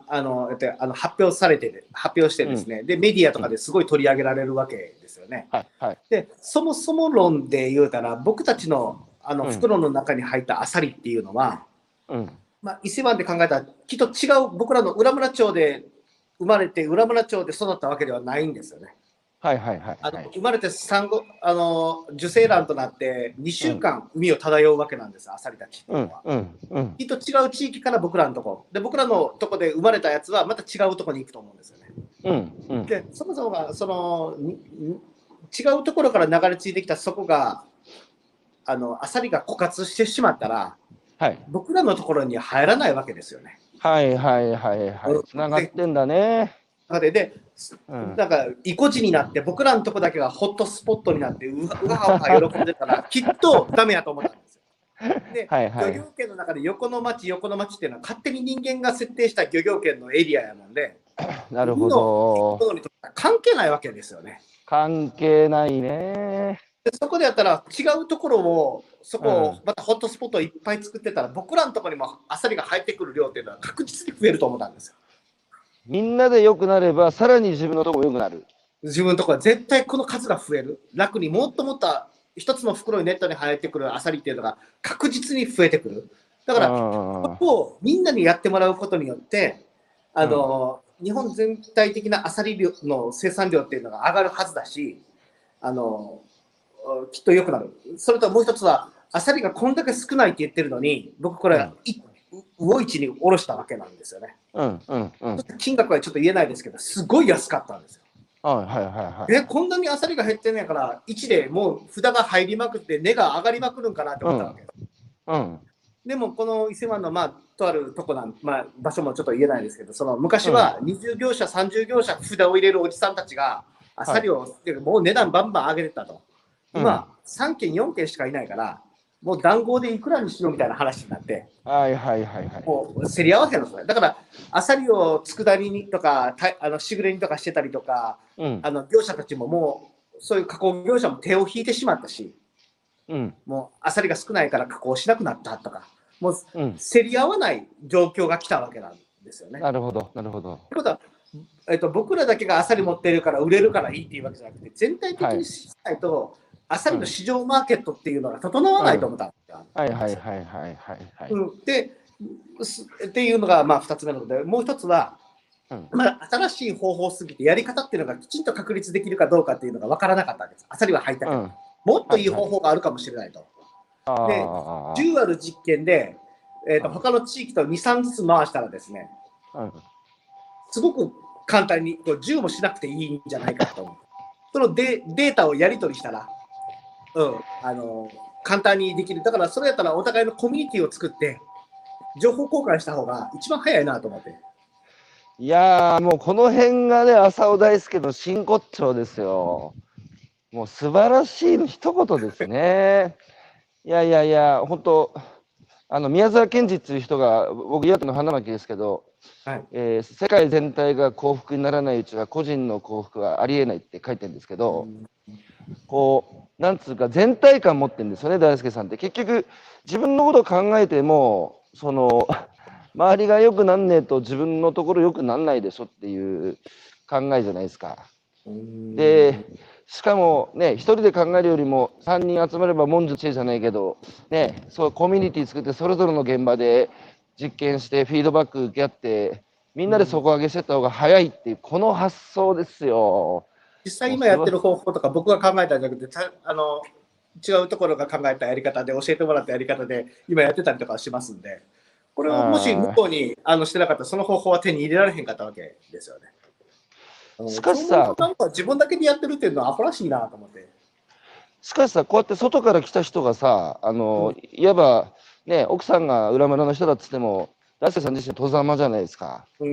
発表してうん、 ですね、で、メディアとうん。 かですごい取り上げられるわけですよね。 はい、はい。 で、そもそも論で言うたら、僕たちのうん、 袋の中に入ったアサリっていうのは、 うん。 伊勢湾で考えたら、きっと違う、僕らの浦村町で生まれて、浦村町で育ったわけではないんですよね。 はい、はい、はい、はい。 生まれて受精卵となって2週うん、 間海を漂うわけなんです、アサリたちっていうん、 うのは。 うん、うん。 きっと違う地域から僕らのとこで、僕らのとこで生まれたやつはまた違うとこに行くと思うんですよね。 うん、うん、 で、そもそもが違うところから流れ着いてきたそこがアサリが枯渇してしまったら、 はい。 僕らのところには入らないわけですよね。 はいはいはいはい。つながってんだね。 で、 うん。 なんか意固地になって僕らのとこだけがホットスポットになってうわうわ喜んでたらきっとダメやと思ったんですよ。で、 はいはい。 漁業権の中で横の町っていうのは勝手に人間が設定した漁業権のエリアやもんで、 なるほ海の生きど。 物にとっては関係ないわけですよね。 関係ないね。 でそこでやったら違うところをそこをうん。 またホットスポットをいっぱい作ってたら僕らのところにもアサリが入ってくる量っていうのは確実に増えると思ったんですよ。 みんなで良くなれば、さらに自分のとこも良くなる。 自分のところは絶対この数が増える。楽にもっともっと一つの袋にネットに入ってくるアサリっていうのが確実に増えてくる。だかうら、こん。 こをみんなにやってもらうことによって、 うん。 日本全体的なアサリの生産量っていうのが上がるはずだし、あのきっと良くなる。それともう一つは、アサリがこんだけ少ないって言ってるのに、僕これ、 うん。 魚市に下ろしたわけなんですよね。 うん。うん。うん。 金額はちょっと言えないですけど、すごい安かったんですよ。 はいはいはいはい。 こんなにアサリが減ってんねやから、1でもう札が入りまくって、値が上がりまくるんかなって思ったわけです。 うん。 でも、この伊勢湾の、とあるとこ場所もちょっと言えないですけど、その昔うん。 は20業者、30業者、札を入れるおじさんたちが、アはい。 サリを、もう値段バンバン上げてたと。 うん。 今、3件、4件しかいないから、もう談合でいくらにしようみたいな話になって、 はいはいはいはい。 もう競り合わせのそれ。だから、アサリを佃煮にとか、しぐれ煮とかしてたりとか、 うん。 業者たちももう、そういう加工業者も手を引いてしまったし、 うん。 もうアサリが少ないから加工しなくなったとか、もううん。 競り合わない状況が来たわけなんですよね。 なるほど、なるほど。 ということは、僕らだけがアサリ持ってるから売れるからいいっていうわけじゃなくて、全体的はい。 にしないと、アサリのうん。 市場マーケットっていうのが整わうん。 ないと思ったんはいですよ。 はいはいはいはいはい。 うん、っていうのが2つ目なので、もう1つは、 うん。 新しい方法すぎて、やり方っていうのがきちんと確立できるかどうかっていうのが分からなかったんです。アサリは入ったけど、 うん。 もっといいはいはい。 方法があるかもしれないと。で、 あ 10ある実験で、 あ。 他の地域と2、3ずつ回したらですね、 うん。 すごく簡単に10もしなくていいんじゃないかと思う。そのデータをやり取りしたら、簡単にできる。だからそれやったらお互いのコミュニティを作って、情報交換した方が一番早いなと思って。 いやー、もうこの辺がね、浅尾大輔の真骨頂ですよ。もう素晴らしいの一言ですね。いやいやいや、本当、宮沢賢治っていう人が、僕、岩手の花巻ですけど、 はい。 世界全体が幸福にならないうちは個人の幸福はありえないって書いてるんですけど、こう、なんつうか全体感持ってるんですよね、大輔さんって。結局、自分のことを考えても、周りが良くなんねえと自分のところ良くなんないでしょっていう考えじゃないですか。で、しかもね、一人で考えるよりも3人集まれば文殊知恵じゃないけど、ね、そうコミュニティ作ってそれぞれの現場で実験してフィードバック受け合って、みんなで底上げしてった方が早いっていう、この発想ですよ。 実際もう今やってる方法とか僕が考えたんじゃなくて、違うところが考えたやり方で教えてもらったやり方で今やってたりとかしますんで、これをもし向あこうにしてなかったらその方法は手に入れられへんかったわけですよね。 しかそう思うとしさ、 なんか自分だけでやってるっていうのはアホらしいなと思って。 こうやって外から来た人がさ、 うん、 いわばね、奥さんが裏村の人だっつっても、大輔さん自身登山間じゃないですか。 うん、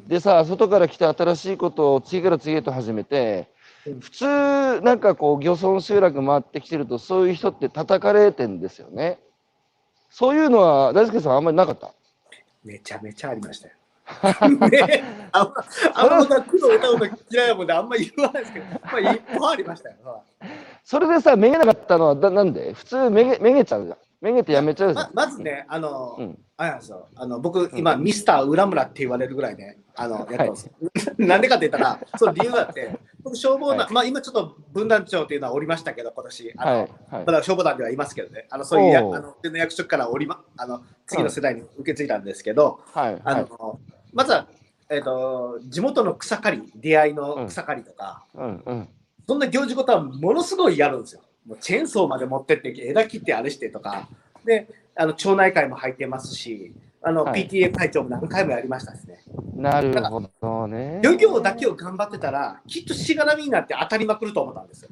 でさ、外から来て新しいことを次から次へと始めて、普通、なんかこう、漁村集落回ってきてると、そういう人って叩かれてんですよね。そういうのは、大輔さんあんまりなかった。 めちゃめちゃありましたよ。ね、あんま僕は苦労歌うの嫌いなもんであんまり言わないですけど、いっぱいありましたよ。 それでさ、めげなかったのはなんで普通めげちゃうじゃん。めげていや、 やめちゃうじゃん。 まずね、 うん。 あれなんですよ。僕、 うん。 今、ミスター浦村って言われるぐらいね、やってはい。 ます。なんでかって言ったら、その理由があって、僕、消防団、 はい。 今ちょっと分団長っていうのはおりましたけど、今年、 はい。はい。 まだ消防団ではいますけどね、そういうおお。 普通の役職から次のうん。 世代に受け継いだんですけど、 はい。はい。 まずは、地元の草刈り、出会いのうん。 草刈りとか、 うん。うん。 そんな行事事はものすごいやるんですよ。もうチェーンソーまで持ってって枝切ってあれしてとかで町内会も入ってますしはい。 PTA 会長も何回もやりましたですね。 なるだからほど漁業だけね。 を頑張ってたらきっとしがらみになって当たりまくると思ったんですよ。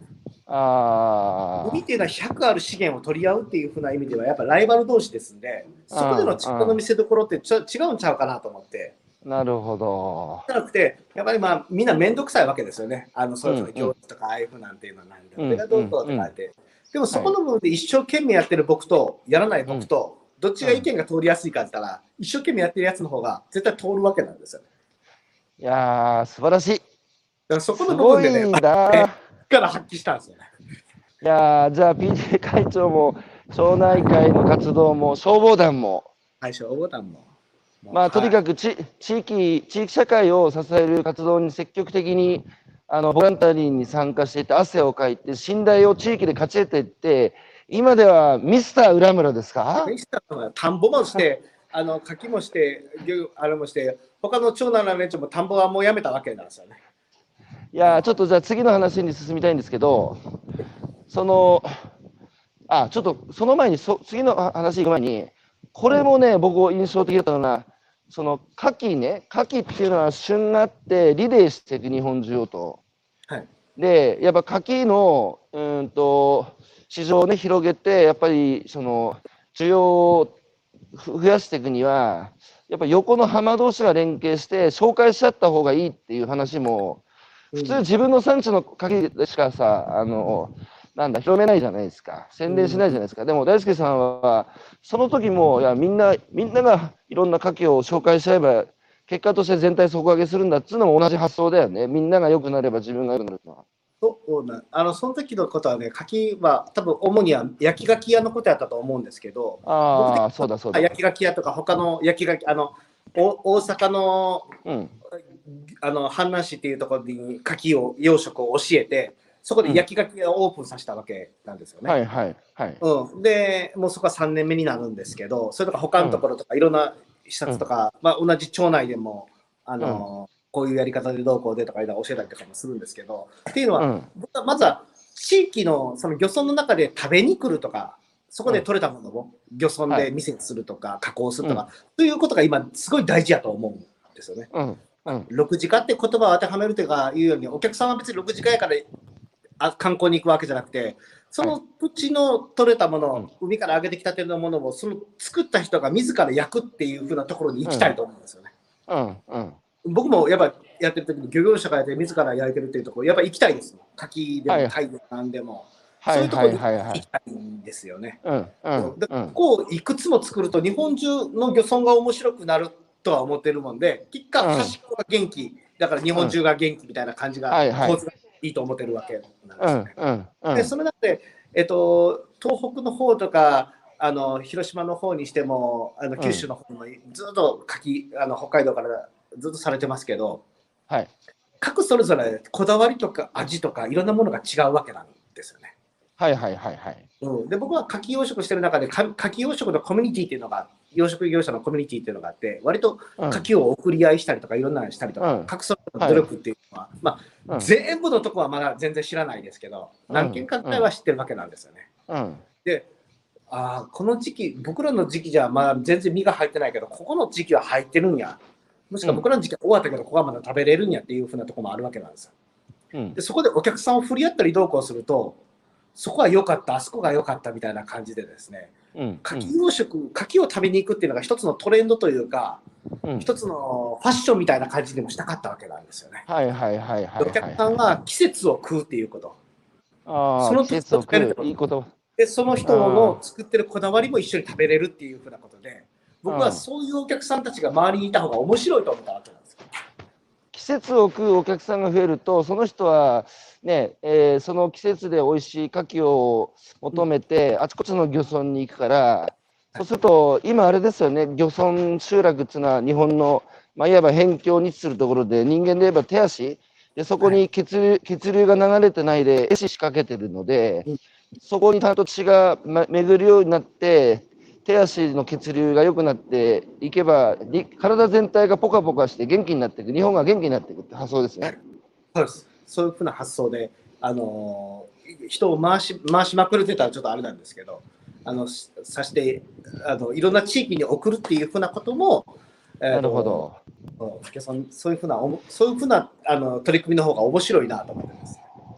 海っあていうのは100ある資源を取り合うっていう風な意味ではやっぱライバル同士ですんで、そこでの力の見せ所って違うんちゃうかなと思って。 なるほど。 じゃなくて、やっぱりまあみんな面倒くさいわけですよね。それぞれ行うんうん事とかああいう風なんていうのはなんで、 うん俺がどうこうとか言って。でもそはい。 この部分で一生懸命やってる僕とやらないうん僕と、どっちが意見が通りやすいかって言ったら、一生懸命やってるやつの方が絶対通るわけなんですよね。 いやー、素晴らしい。 だからそこのす部分でね、 ごいな。 から発揮したんですよね。 いやー、じゃあ PTA 会長も町内会の活動も消防団も、 最初、ボタンも。 まあ、とにはい。 かく地域社会を支える活動に積極的にボランタリーに参加していって汗をかいて信頼を地域で勝ち得ていって今ではミスター浦村ですか？ 田んぼもして、柿もして、あれもして、他の長男の連中も田んぼはもうやめたわけなんですよね。 いやーちょっとじゃあ次の話に進みたいんですけどそのちょっとその前に次の話行く前にこれもね僕印象的だったのがその牡蠣っていうのは旬があってリレーしていく日本中をと。 はい。 でやっぱ牡蠣の市場をね広げてやっぱりその需要を増やしていくにはやっぱ横の浜同士が連携して紹介しちゃった方がいいっていう話も普通自分の産地の牡蠣でしかさなんだ広めないじゃないですか宣伝しないじゃないですか。でも大輔さんはその時もいやみんながいろんな牡蠣を紹介しちゃえば結果として全体底上げするんだっつうのも同じ発想だよね。みんなが良くなれば自分が良くなるのは。 その時のことはね、柿は多分主には焼き牡蠣屋のことやったと思うんですけど、僕的ああ、 にそうだそうだ。 焼き牡蠣屋とか他の焼き牡蠣、大阪のうん。 阪南市っていうところに牡蠣を養殖を教えて、そこで焼き牡蠣屋をオープンさせたわけなんですよね。 はいはいはい。 で、もうそこは3年目になるんですけど、それとか他のところとかいろんな視うん察とか、同じ町内でも、 うんこういうやり方でどうこうでとかいうのを教えたりとかもするんですけど、っていうのは、 うん僕はまずは地域のその漁村の中で食べに来るとか、そこで取れたものを漁村で店にするとか、加工するとか、ということが今すごい大事やと思うんですよね。 うんうん 6時化って言葉を当てはめるというかいうように、お客さんは別に6時化やから観光に行くわけじゃなくて、その土地の取れたもの、海から上げてきたてのものをその作った人が自ら焼くっていう風なところに行きたいと思うんですよね。 うん僕もやっぱやってる時に漁業者がやって自ら焼いてるっていうところやっぱ行きたいです。柿でも貝でも何でも、そういうところに行きたいんですよね。ここをいくつも作ると日本中の漁村が面白くなるとは思ってるもんで、結果端っこが元気だから日本中が元気みたいな感じが構図がいいと思ってるわけなんですよね。でその中で、東北の方とか広島の方にしても九州の方もずっと北海道からずっとされてますけど、 はい、 各それぞれこだわりとか味とかいろんなものが違うわけなんですよね。で僕は牡蠣養殖してる中で牡蠣養殖のコミュニティっていうのが養殖業者のコミュニティっていうのがあって割と牡蠣を送り合いしたりとかいろんなのしたりとか、各それぞれの努力っていうのは、全部のとこはまだ全然知らないですけど何件かぐらいは知ってるわけなんですよね。でこの時期僕らの時期じゃまだ全然身が入ってないけどここの時期は入ってるんや、もしくは僕らの時期は終わったけどここはまだ食べれるんやっていうふうなところもあるわけなんですよ。でそこでお客さんを振り合ったりどうこうするとそこは良かったあそこが良かったみたいな感じでですね、牡蠣養殖牡蠣を食べに行くっていうのが一つのトレンドというか、一つのファッションみたいな感じでもしたかったわけなんですよね。お客さんが季節を食うっていうこと、その季節を食べるってことでその人の作ってるこだわりも一緒に食べれるっていうふうなことで、僕はそういうお客さんたちが周りにいた方が面白いと思ったわけなんですよ。 季節を食うお客さんが増えるとその人はね、その季節で美味しい牡蠣を求めてあちこちの漁村に行くから、そうすると今あれですよね、漁村集落っていうのは日本の、いわば辺境に位置するところで人間で言えば手足でそこに血流が流れてないで壊死しかけてるので、そこにちゃんと血が巡るようになって手足の血流が良くなっていけば体全体がポカポカして元気になっていく、日本が元気になっていくって発想ですね。 そうです。そういうふうな発想で、人を回しまくるって言ったらちょっとあれなんですけど、さしていろんな地域に送るっていうふうなことも、 なるほど。 そういうふうな取り組みの方が面白いなと思ってます。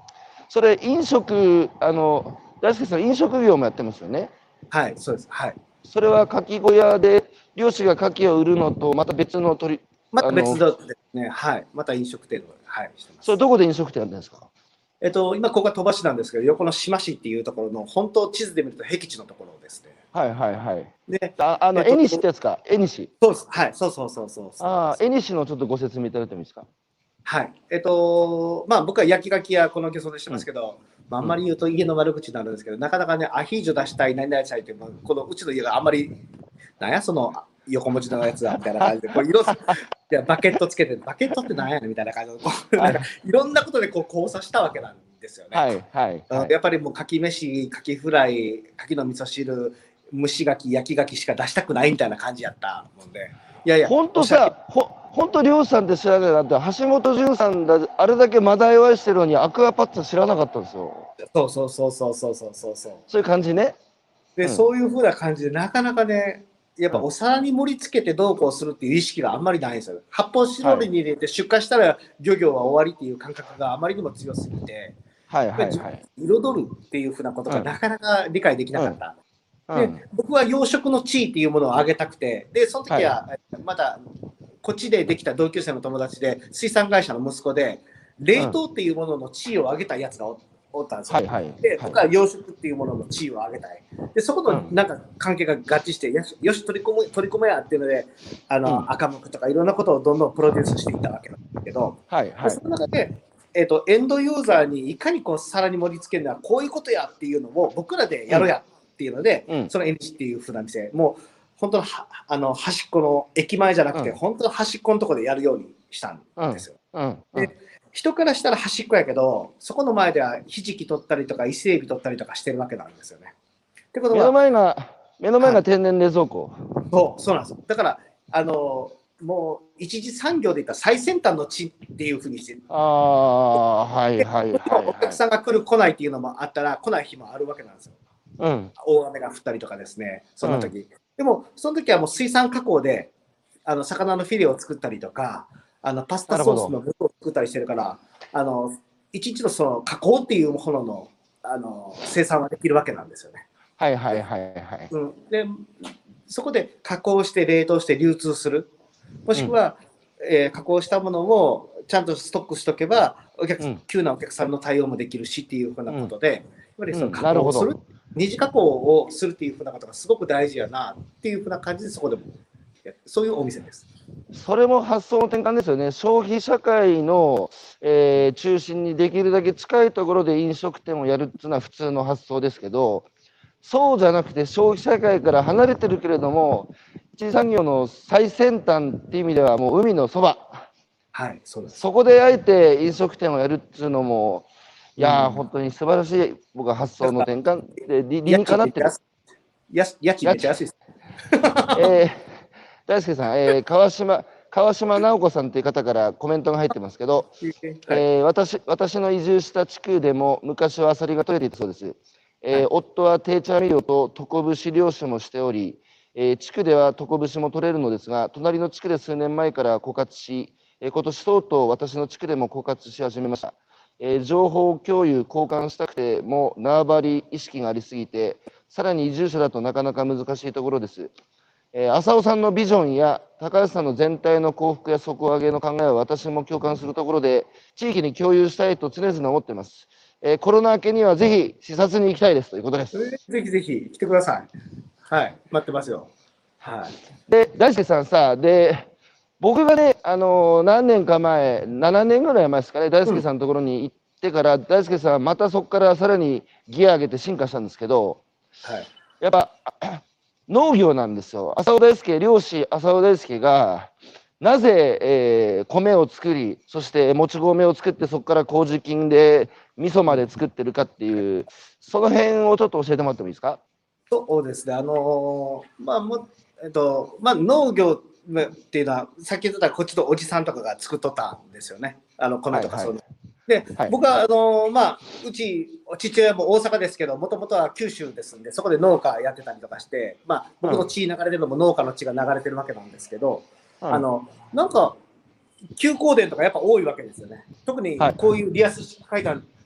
それ飲食、大輔さん飲食業もやってますよね。 はい、そうです。はい。 それは牡蠣小屋で漁師が牡蠣を売るのとまた別の取り、 また別のですね、はい。また飲食店を、はい、してます。 それどこで飲食店やってるんですか？ 今、ここが鳥羽市なんですけど、横の志摩市っていうところの、本当、地図で見ると僻地のところですね。 はいはいはい。 で、 江西ってやつか、江西。 そうです。はい、そうそうそうそうそう。 江西のちょっとご説明いただいてもいいですか？ はい。まあ、僕は焼き牡蠣屋、この漁村でしてますけど、まあ、あんまり言うと家の悪口になるんですけど、なかなかね、アヒージョ出したい、何々したいっていう、このうちの家があんまり、なんや、その横文字のやつは、みたいな感じで、こういやバケットつけて、バケットってなんやねんみたいな感じで、なんかいろんなことでこう交差したわけなんですよね。 はいはいはい。 やっぱりもう牡蠣飯、牡蠣フライ、牡蠣の味噌汁、蒸し牡蠣、焼き牡蠣しか出したくないみたいな感じやったもんで、いやいや、 本当おっしゃるさ、本当亮さんって知らないなって、橋本潤さんだ、あれだけマダイを愛してるのにアクアパッツァ知らなかったんですよ。 そうそうそうそうそうそうそうそう。 そういう感じね。 で、そういう風な感じで、なかなかね、やっぱうんお皿に盛り付けてどうこうするっていう意識があんまりないんですよ。発泡スチロールに入れて出荷したら漁業は終わりっていう感覚があまりにも強すぎて、 はいやっぱりはいはい。 彩るっていう風なことがなかなか理解できなかった。で、 うん。 僕は養殖の地位っていうものを上げたくて、で、そのはい。 時はまだこっちでできた同級生の友達で、水産会社の息子で、冷凍っていうものの地位を上げたやつがおったんですよ。 はいはいで、 はい。 僕は養殖っていうものの地位を上げたい。で、そことなんか関係が合致して、よし取り込むやっていうので、赤目とかいろんなことをどんどんプロデュースしていったわけなんですけど、ではいはい。 その中で、エンドユーザーにいかにこう皿に盛り付けるのはこういうことやっていうのを僕らでやろうやっていうので、その NC っていう風な店、もう本当の端っこの駅前じゃなくて、本当の端っこのところでやるようにしたんですよ。で、人からしたら端っこやけど、そこの前ではひじき取ったりとか伊勢海老取ったりとかしてるわけなんですよね。ってこと目のは、 前が、目の前はい、 が天然冷蔵庫。 そうなんですよ。だからもう一次産業でいったら最先端の地っていうふうにしてああ、はいで、 はいもちろんお客はいはい。 さんが来る来ないっていうのもあったら来ない日もあるわけなんですよ。 うん、 大雨が降ったりとかですね、そうん。 んな時。でもその時はもう水産加工で魚のフィレを作ったりとか、パスタソースのなるほど。 具を作ったりしてるから、一日のその加工っていうものの生産はできるわけなんですよね。 はいはいはいはい。 でそこで加工して冷凍して流通する、もしくは、加工したものをちゃんとストックしとけば急なお客さんの対応もできるしっていうふうなことで、やっぱりその加なる工をする、 ほど。 二次加工をするっていうふうなことがすごく大事やなっていうふうな感じで、そこでもそういうお店です。 それも発想の転換ですよね。消費社会の、中心にできるだけ近いところで飲食店をやるっていうのは普通の発想ですけど、そうじゃなくて消費社会から離れてるけれども、一次産業の最先端っていう意味ではもう海のそば、 はい、そうです。 そこであえて飲食店をやるっていうのも、いやー、 うん。 本当に素晴らしい、僕は発想のだから、 転換で理家にかなってる。 賃めっちゃ安い。家賃家賃。 めっちゃ安いです。 大輔さん、川島直子さんという方からコメントが入ってますけど、 はい。 私の移住した地区でも昔はアサリが取れていたそうです。 はい。 夫は定置網漁とトコブシ漁師もしており、地区ではトコブシも取れるのですが、隣の地区で数年前から枯渇し、今年とうとう私の地区でも枯渇し始めました。情報共有、交換したくても縄張り意識がありすぎて、さらに移住者だとなかなか難しいところです。浅尾さんのビジョンや高橋さんの全体の幸福や底上げの考えは私も共感するところで、地域に共有したいと常々思っています。コロナ明けにはぜひ視察に行きたいですということです。 ぜひぜひ来てください。はい。待ってますよ。はい。 で、大輔さんさ、僕がね、何年か前、7年ぐらい前ですかね、大うん。 輔さんのところに行ってから、大輔さん、またそこからさらにギア上げて進化したんですけど、 はい。 やっぱ農業なんですよ。浅尾大輔、漁師浅尾大輔が、なぜ、米を作り、そしてもち米を作って、そこから麹菌で味噌まで作ってるかっていう、その辺をちょっと教えてもらってもいいですか？ そうですね。まあ、農業っていうのは、さっき言ったこっちのおじさんとかが作っとったんですよね。米はいはい。 とかそういうの。で、 はい。 僕は、うち、父親も大阪ですけど、もともとは九州ですんで、そこで農家やってたりとかして、僕のうん。 血流れてるのも農家の血が流れてるわけなんですけど、 うん。 なんか、休耕田とかやっぱ多いわけですよね。特にはい。 こういうリアス式海岸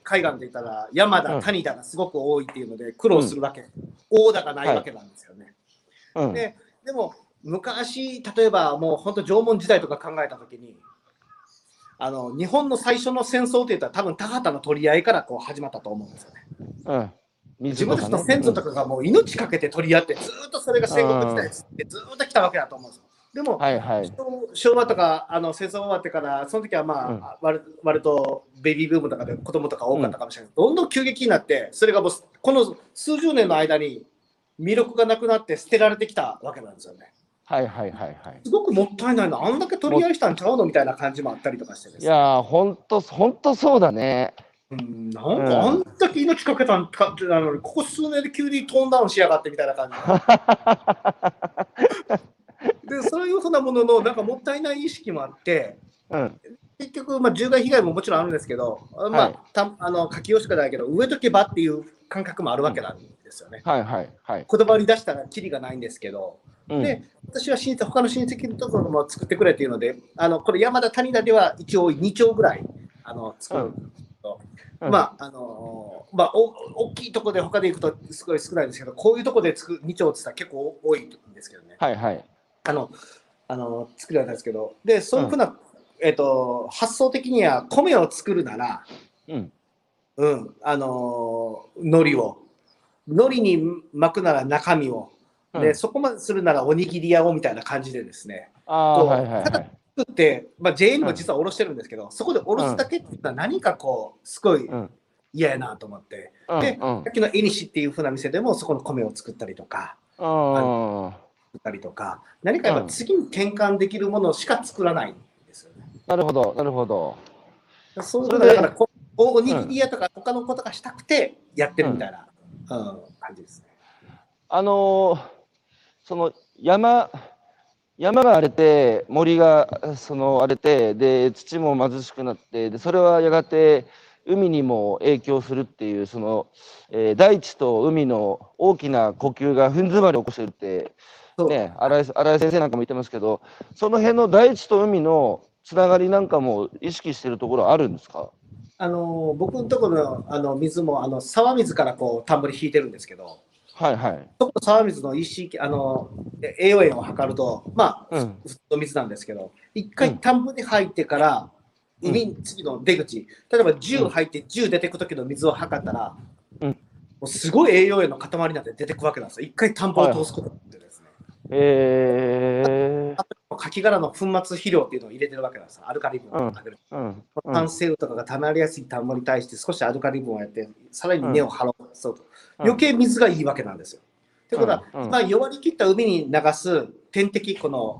海岸で言ったら山田、谷田がすごく多いっていうので苦労するわけ、大田がないわけなんですよね。でも昔例えばもう本当縄文時代とか考えた時に日本の最初の戦争って言ったら多分田畑の取り合いからこう始まったと思うんですよね。自分たちの先祖とかがもう命かけて取り合ってずっとそれが戦国時代ってずっと来たわけだと思うんですよ。でも、昭和とか戦争終わってからその時はまあ、割とベビーブームとかで子供とか多かったかもしれない、どんどん急激になってそれがもうこの数十年の間に魅力がなくなって捨てられてきたわけなんですよね。すごくもったいないの、あんだけ取り合いしたんちゃうのみたいな感じもあったりとかしてですね。 いやー、ほんとそうだね。 なんかあんだけ命かけたんかってなのに、ここ数年で急にトーンダウンしやがってみたいな感じで、そういうふうなもののなんかもったいない意識もあって、結局、獣害被害ももちろんあるんですけど、書き用しかないけど、植えとけばっていう感覚もあるわけなんですよね。言葉に出したらきりがないんですけど、で私は他の親戚のところも作ってくれっていうので、これ山田谷田では一応2丁ぐらい作るんですけど、大きいところで他で行くとすごい少ないんですけど、こういうところで2丁って言ったら結構多いんですけどね。作られたんですけど、でそういうふうな、発想的には米を作るなら、海苔に巻くなら中身を、でそこまでするならおにぎり屋をみたいな感じでですね、作って、JA にも実は卸してるんですけど、そこで卸すだけっていうのは何かこうすごい嫌やなと思って、でさっきのえにしっていうふうな店でもそこの米を作ったりとか、何かやっぱ次に転換できるものしか作らないんですよね。 なるほど。 そういうことだからおにぎり屋とか他のことがしたくてやってるみたいな感じですね。 その山が荒れて森が荒れてで土も貧しくなってでそれはやがて海にも影響するっていう大地と海の大きな呼吸がふん詰まり起こしてるってね、新井先生なんかも言ってますけど、その辺の大地と海のつながりなんかも意識してるところあるんですか？ 僕のところの水も沢水からこう田んぼに引いてるんですけど、そこ沢水の栄養塩を測ると普通の水なんですけど、一回田んぼに入ってから次の出口、例えば10入って10出てく時の水を測ったら、もうすごい栄養塩の塊になって出てくわけなんですよ。一回田んぼを通すことによってですね。カキ殻の粉末肥料っていうのを入れてるわけなんですよ。アルカリ分を上げる。酸性雨とかが溜まりやすい田んぼに対して少しアルカリ分をやって、さらに根を張ろうと。余計水がいいわけなんですよ。ということは、弱り切った海に流す天敵、この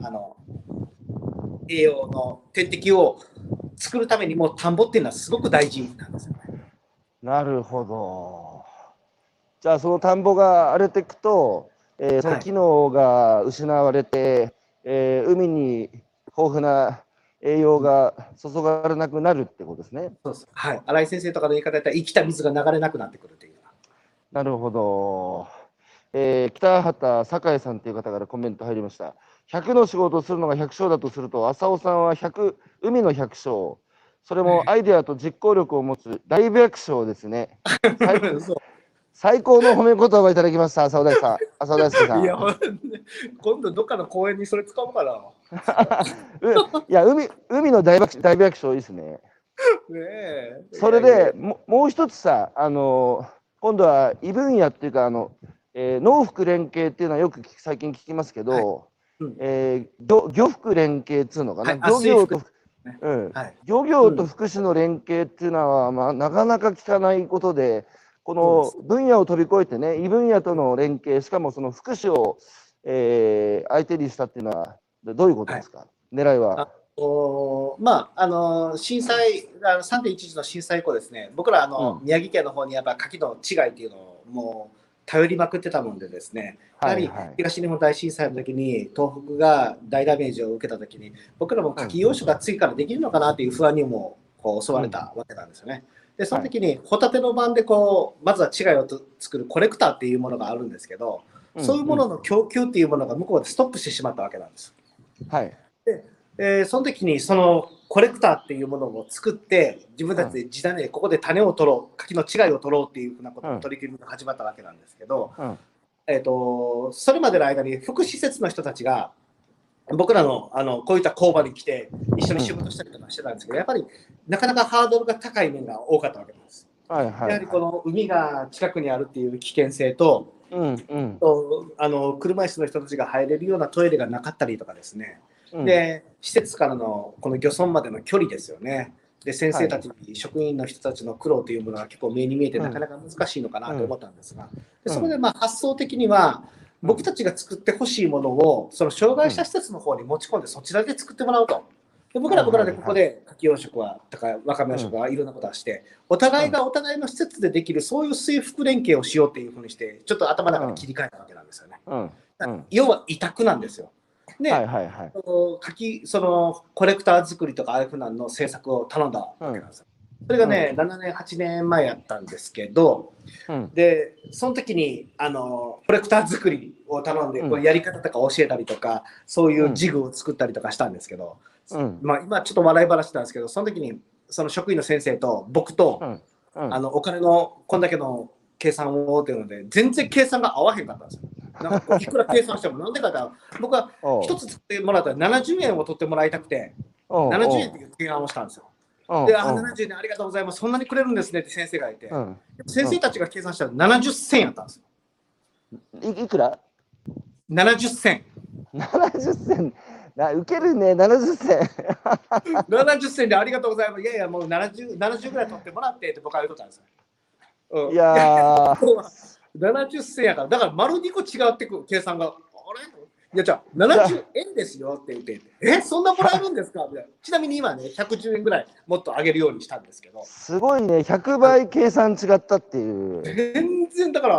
栄養の天敵を作るためにも田んぼっていうのはすごく大事なんですよね。 なるほど。じゃあその田んぼが荒れていくと、その機能が失われて、海に豊富な栄養が注がれなくなるってことですね。 そうです。はい。新井先生とかの言い方だったら生きた水が流れなくなってくるという。 なるほど。北畑酒井さんという方からコメント入りました。100の仕事をするのが100勝だとすると、浅尾さんは海の100勝。それもアイデアと実行力を持つ大百姓ですね。最高の褒め言葉をいただきました、浅尾大輔さん。 いや、今度どっかの公園にそれ使おうかな。 いや、海の大爆笑いいですね。それでもう一つさ、今度は異分野っていうか、農福連携っていうのはよく最近聞きますけど、漁福連携っていうのかな、漁業と福祉の連携っていうのは、なかなか聞かないことで、この分野を飛び越えてね、異分野との連携、しかもその福祉を、相手にしたっていうのは、どういうことですか、狙いは。 震災、3.11 の震災以降ですね、僕ら宮城県の方にやっぱ牡蠣の違いっていうのをもう頼りまくってたもんでですね、やはり東日本大震災の時に東北が大ダメージを受けた時に、僕らも牡蠣養殖が次からできるのかなという不安にも襲われたわけなんですよね。でその時にホタテの番でまずは違いを作るコレクターっていうものがあるんですけど、そういうものの供給っていうものが向こうでストップしてしまったわけなんです。 その時にそのコレクターっていうものを作って自分たちで時短でここで種を取ろう、柿の違いを取ろうっていうふうなことの取り組みが始まったわけなんですけど、それまでの間に福祉施設の人たちが僕らのこういった工場に来て一緒に仕事したりとかしてたんですけど、やっぱりなかなかハードルが高い面が多かったわけなんです。やはりこの海が近くにあるっていう危険性と、車椅子の人たちが入れるようなトイレがなかったりとかですね、で施設からのこの漁村までの距離ですよね。で先生たち、職員の人たちの苦労というものが結構目に見えてなかなか難しいのかなと思ったんですが、でそこで発想的には僕たちが作ってほしいものをその障害者施設の方に持ち込んでそちらで作ってもらうと。で僕らでここで牡蠣養殖はとかわかめ養殖はいろんなことをしてお互いがお互いの施設でできるそういう水服連携をしようっていうふうにしてちょっと頭の中で切り替えたわけなんですよね。要は委託なんですよ。で、そのコレクター作りとかああいうふうなの制作を頼んだわけなんですよ。それがね、7年、8年前やったんですけど、で、その時にコレクター作りを頼んで、こうやり方とか教えたりとか、そういうジグを作ったりとかしたんですけど、今ちょっと笑い話なんですけど、その時にその職員の先生と僕と、お金のこんだけの計算をっていうので、全然計算が合わへんかったんですよ。なんかいくら計算しても、なんでかと僕は一つ作ってもらったら70円を取ってもらいたくて、70円っていう提案をしたんですよ。で、70円ありがとうございます、そんなにくれるんですねって先生がいて、先生たちが計算したら70銭やったんですよ。 いくら ?70 銭。 70銭。受けるね、70銭。 70銭でありがとうございます。いやいや、もう70ぐらい取ってもらってって僕は言うとったんですよ。 いやー。70銭やから、だから丸2個違ってくる計算が。あれいや、じゃあ70円ですよって言って、そんなもらえるんですかみたいな。ちなみに今ね、110円ぐらいもっと上げるようにしたんですけど。 すごいね、100倍計算違ったっていう。 全然だから、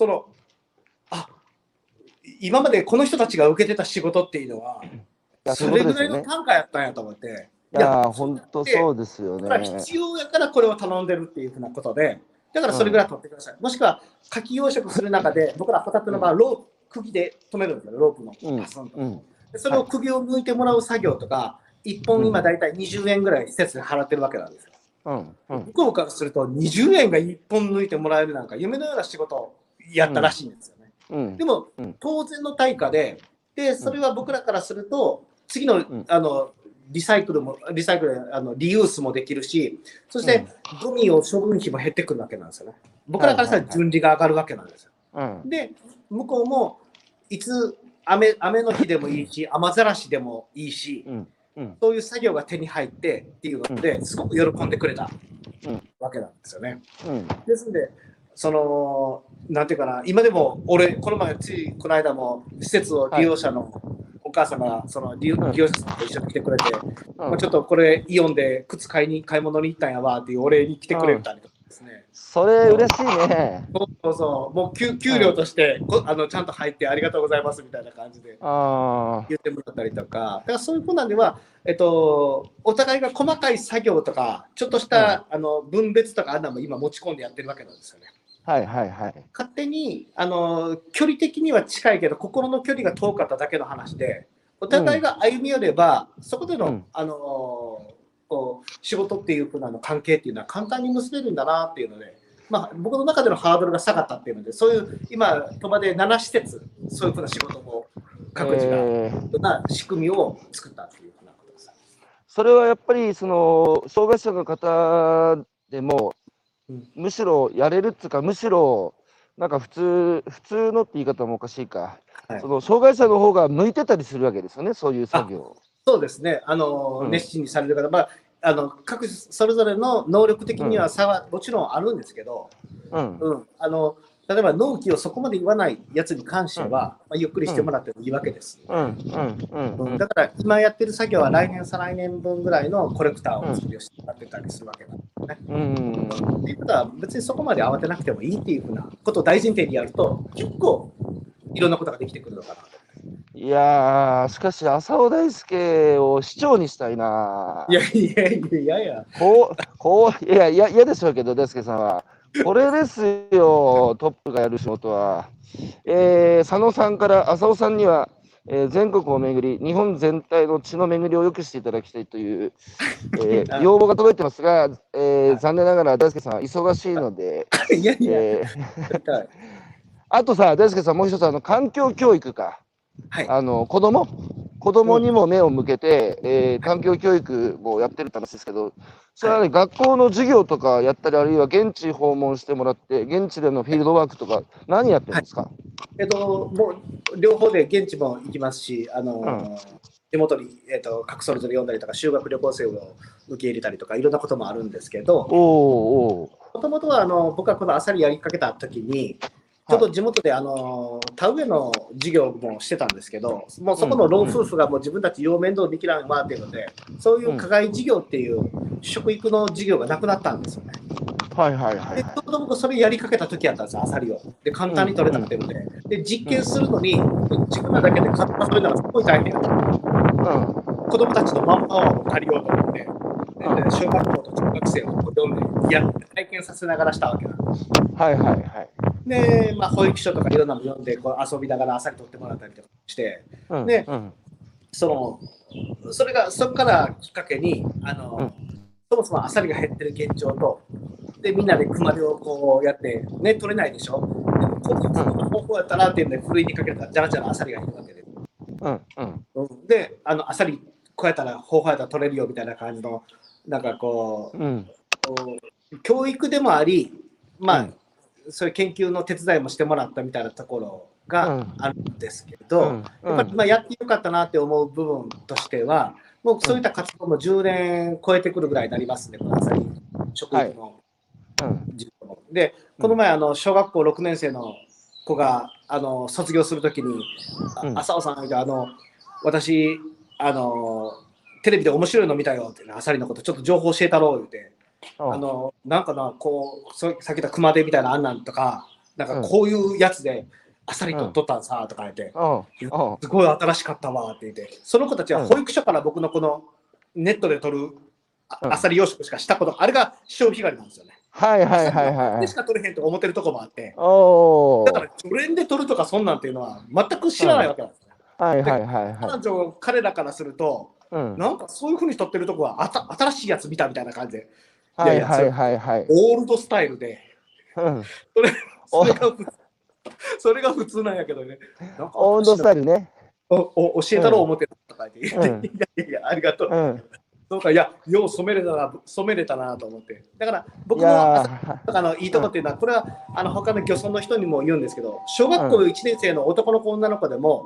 今までこの人たちが受けてた仕事っていうのは、それぐらいの単価やったんやと思って。 いや、本当そうですよね。 だから必要やからこれを頼んでるっていうふうなことで、だからそれぐらい取ってください。もしくは、牡蠣養殖する中で、僕らホタテの場合、釘で止めるんですよ、ロープのパスンと。それを釘を抜いてもらう作業とか、1本今大体20円ぐらい施設で払ってるわけなんですよ。向こうからすると20円が1本抜いてもらえるなんか夢のような仕事をやったらしいんですよね。でも当然の対価で、それは僕らからすると次のリサイクルリユースもできるし、そしてゴミを処分費も減ってくるわけなんですよね。僕らからしたら順利が上がるわけなんですよ。で向こうもいつ雨の日でもいいし雨ざらしでもいいし、そういう作業が手に入ってっていうのですごく喜んでくれたわけなんですよね。ですのでなんていうかな、今でも俺この間も施設を利用者のお母様が利用者さんと一緒に来てくれて、ちょっとこれイオンで靴買い物に行ったんやわっていうお礼に来てくれたりとかですね。 それ嬉しいね。 そうもう給料としてちゃんと入ってありがとうございますみたいな感じで言ってもらったりとか、だからそういうことなんでは、お互いが細かい作業とかちょっとした分別とかあんなも今持ち込んでやってるわけなんですよね。勝手に距離的には近いけど心の距離が遠かっただけの話で、お互いが歩み寄れば、そこでの、仕事っていうふうな関係っていうのは簡単に結べるんだなっていうので、僕の中でのハードルが下がったっていうので、そういう今鳥羽で7施設そういうふうな仕事を各自が仕組みを作ったっていうふうなことです。 それはやっぱり障害者の方でもむしろやれるっていうか、むしろなんか普通のって言い方もおかしいか、障害者の方が向いてたりするわけですよね、そういう作業。 そうですね、熱心にされる方、各それぞれの能力的には差はもちろんあるんですけど、例えば納期をそこまで言わないやつに関しては、ゆっくりしてもらってもいいわけです。だから今やってる作業は来年再来年分ぐらいのコレクターを作りをしてもらってたりするわけなんですね。っていうことは別にそこまで慌てなくてもいいっていうふうなことを大前提にやると結構いろんなことができてくるのかなと。 いやー、しかし浅尾大輔を市長にしたいな。 いや嫌でしょうけど、大輔さんはこれですよ、トップがやる仕事は。佐野さんから浅尾さんには全国を巡り、日本全体の血の巡りを良くしていただきたいという、 あ要望が届いてますが、残念ながら大輔さんは忙しいので、 いやいや、はいあとさ、大輔さん、もう一つ、環境教育か。 はい。 子供にも目を向けて、環境教育もやってるって話ですけど、それはね、学校の授業とかやったり、あるいは現地訪問してもらって、現地でのフィールドワークとか、何やってるんですか？ もう両方で現地も行きますし、 うん。 地元に、隠それぞれ読んだりとか、修学旅行生を受け入れたりとか、いろんなこともあるんですけど、 おーおー。 もともとは僕はこのアサリやりかけたときに、ちょうはい。 ど地元で田植えの授業もしてたんですけど、もうそこうんの老うん夫婦がもう自分たち用面倒できないわっていうので、そういう課外授業っていう食育の授業がなくなったんですよね。 はいはいはいで、ちはょうど僕それやりかけた時やったんですよ、アサリを。で、簡い。 単に取れたっていうので。で、実験するのに、自分らだけで数えるのがすごい大変だった。子供たちのマンパワーを借りようと思って、で小学校と中学生を読んで体験させながらしたわけなんです。 はいはいはい。 で、保育所とかいろんなの読んでこう遊びながらアサリ取ってもらったりとかして、で、そこからきっかけに、そもそもアサリが減ってる現状と、で、みんなで熊手をこうやって、ね、取れないでしょ。でも、こういう方法やったらっていうんで、ふるいにかけたら、じゃらじゃらアサリがいるわけで。で、アサリ、こうやったら、方法やったら取れるよみたいな感じの、なんかこう、教育でもあり、そういう研究の手伝いもしてもらったみたいなところがあるんですけど、やっぱりやってよかったなって思う部分としては、もうそういった活動も10年超えてくるぐらいになりますね、このアサリ食育の授業も。で、この前、小学校6年生の子が卒業するときに、浅尾さんが私テレビで面白いの見たよって、アサリのことちょっと情報教えたろう言うて、なんかな、こう、さっき言った熊手みたいなあんなんとか、なんかこういうやつでアサリと取ったんさとか言って、すごい新しかったわって言って、その子たちは保育所から僕のこのネットで取るアサリ養殖しかしたことが、あれが潮干狩りなんですよね。 はいはいはいはい。 でしか取れへんと思ってるとこもあって、 おだから助練で取るとかそんなんっていうのは全く知らないわけなんですね。 はいはいはいはい。 彼らからすると、なんかそういうふうに取ってるとこは新しいやつ見たみたいな感じで、いやいや、それオールドスタイルで、それが普通なんやけどね。 オールドスタイルね。 教えたろう思ってたとか言って、いやいや、ありがとう。そうか、いや、よう染めれたなと思って。だから、僕のいいとこっていうのは、これは他の漁村の人にも言うんですけど、小学校1年生の男の子、女の子でも、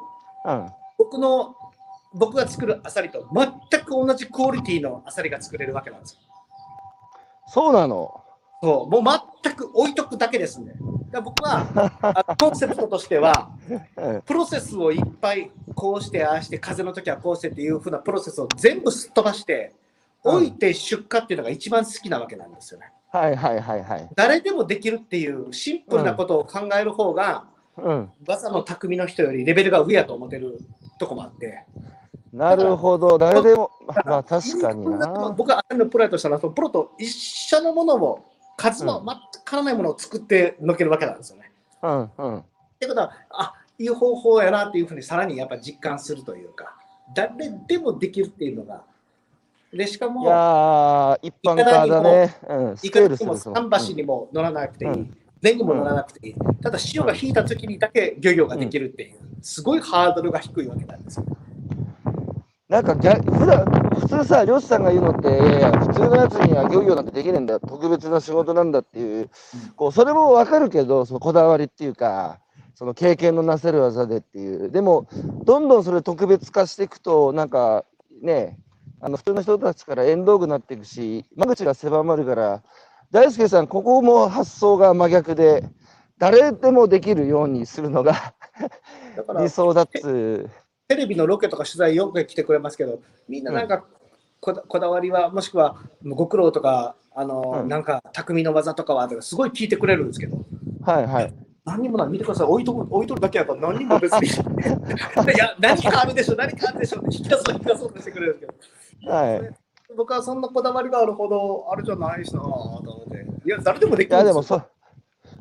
僕が作るアサリと全く同じクオリティのアサリが作れるわけなんですよ。 そうなの？ そう、もう全く置いとくだけですね。僕はコンセプトとしては、プロセスをいっぱいこうしてああして風の時はこうしてっていう風なプロセスを全部すっ飛ばして置いて出荷っていうのが一番好きなわけなんですよね。 はいはいはいはい。 誰でもできるっていうシンプルなことを考える方が、技の匠の人よりレベルが上やと思ってるとこもあって。 なるほど、誰でも、まあ確かにな。 僕はあれのプロやとしたら、プロと一緒のものを、数の全く変わらないものを作ってのけるわけなんですよね。ってことは、いい方法やなっていうふうにさらにやっぱ実感するというか、誰でもできるっていうのが。で、しかも、 いや一般化だね。 いかにも桟橋にも乗らなくていい。前後も乗らなくていい。ただ潮が引いた時にだけ漁業ができるっていう、すごいハードルが低いわけなんですよ。 なんか普通さ、漁師さんが言うのって、いやいや、普通のやつには漁業なんてできねえんだ、特別な仕事なんだっていう、それも分かるけど、そのこだわりっていうか、その経験のなせる技でっていう、でも、どんどんそれ特別化していくと、なんかね、普通の人たちから縁遠くなっていくし、間口が狭まるから、大輔さん、ここも発想が真逆で、誰でもできるようにするのが理想だっつう。 テレビのロケとか取材よく来てくれますけど、みんななんかこだわりは、もしくはご苦労とか、なんか匠の技とかはとかすごい聞いてくれるんですけど、何にもない、見てください、置いとるだけやから何にも別にいや、何かあるでしょって引き出そうとしてくれるんですけど、僕はそんなこだわりがあるほどあるじゃないしなと思って、いや、誰でもできるんですよ。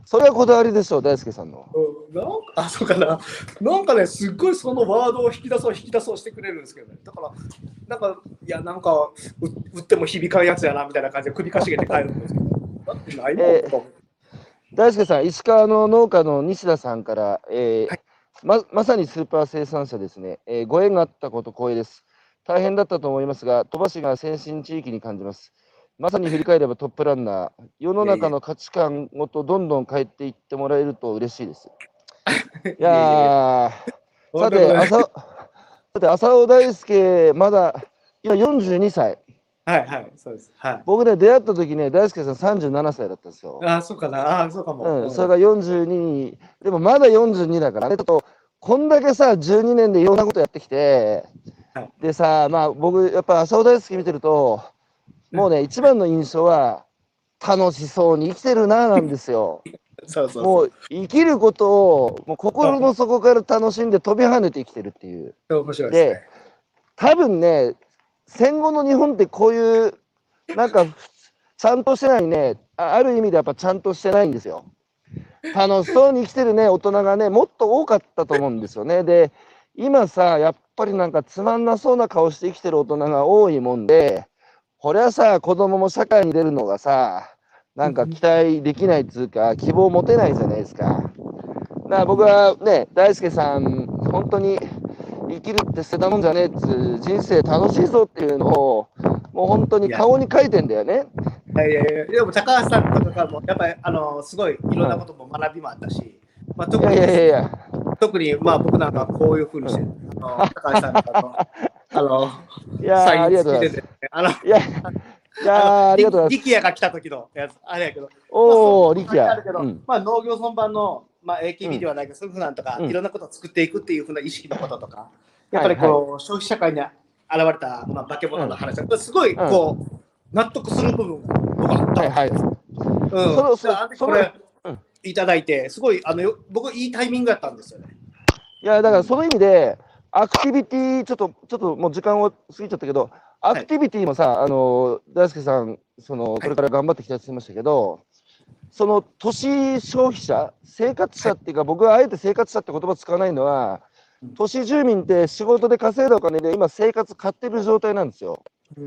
それはこだわりでしょう、大輔さんの。 そうかな。なんかね、すっごいそのワードを引き出そうしてくれるんですけどね。だから、なんか、打っても響かんやつやなみたいな感じで首かしげて帰るんですけど。だってないもんとか思って。 大輔さん、石川の農家の西田さんから、 はい。 まさにスーパー生産者ですね、ご縁があったこと光栄です。大変だったと思いますが、鳥羽市が先進地域に感じます。まさに振り返ればトップランナー、世のいやいや、 中の価値観ごとどんどん変えていってもらえると嬉しいです。いいやいやいや、 やー、さて、 とんでもない。 浅尾大輔、まだ、今42歳。 はいはい、そうです。はい。 僕ね、出会った時ね、大輔さん37歳だったんですよ。 そうかな。そうかも。 うん、それが42、でもまだ42だからね、ちょっと、こんだけさ、12年でいろんなことやってきて、 はい。 でさ、まあ僕、やっぱ浅尾大輔見てると、もうね、一番の印象は、楽しそうに生きてるな、なんですよ。 そうそうそう。 もう生きることを、もう心の底から楽しんで飛び跳ねて生きてるっていう。 面白いですで、 ね。 多分ね、戦後の日本ってこういう、なんか、ちゃんとしてないね、ある意味でやっぱちゃんとしてないんですよ。楽しそうに生きてるね、大人がね、もっと多かったと思うんですよね。で、今さ、やっぱりなんかつまんなそうな顔して生きてる大人が多いもんで、これはさ、子供も社会に出るのがさ、なんか期待できないっつうか、希望持てないじゃないですか。だから僕はね、大輔さん、本当に生きるって捨てたもんじゃねえっつう、人生楽しいぞっていうのを、もう本当にいや、 顔に書いてんだよね。 でも高橋さんとかからも、やっぱりすごいいろんなこうん。 とも学びもあったし、 いやい特にですね、 やいやいや。 特に僕なんかこういうふうにして、高橋さんとかの、あの、 いやー、あサインりがとうございます。 付きでですね、 いや、いやー、ありがとうございます。 力也が来た時のやつ、あれやけど、そんなおー、 こと書いてあ力也。 るけど、 うん、 農業村版の、AKB でうん、 はないけど、そういうふうなんとか、 うん。 いろんなことを作っていくっていうふうな意識のこととか、やっぱはい、はい。 りこう、消費社会に現れた、化けうん、うん。 物の話、すごいこう、納得する部分が僕あったはい、 わけはい。 です。うん。で、あの時その、 これうん。 いただいて、すごい、僕、いいタイミングだったんですよね。 いや、だうん。 からその意味で、アクティビティ、ちょっともう時間を過ぎちゃったけど、アはい。 クティビティもさ、大輔さん、こはい。 れから頑張ってきたって言ってましたけど、その都市消費者、生活はい。 者っていうか、僕はあえて生活者って言葉使わないのは、 うん。 都市住民って仕事で稼いだお金で今生活買ってる状態なんですよ。 うん。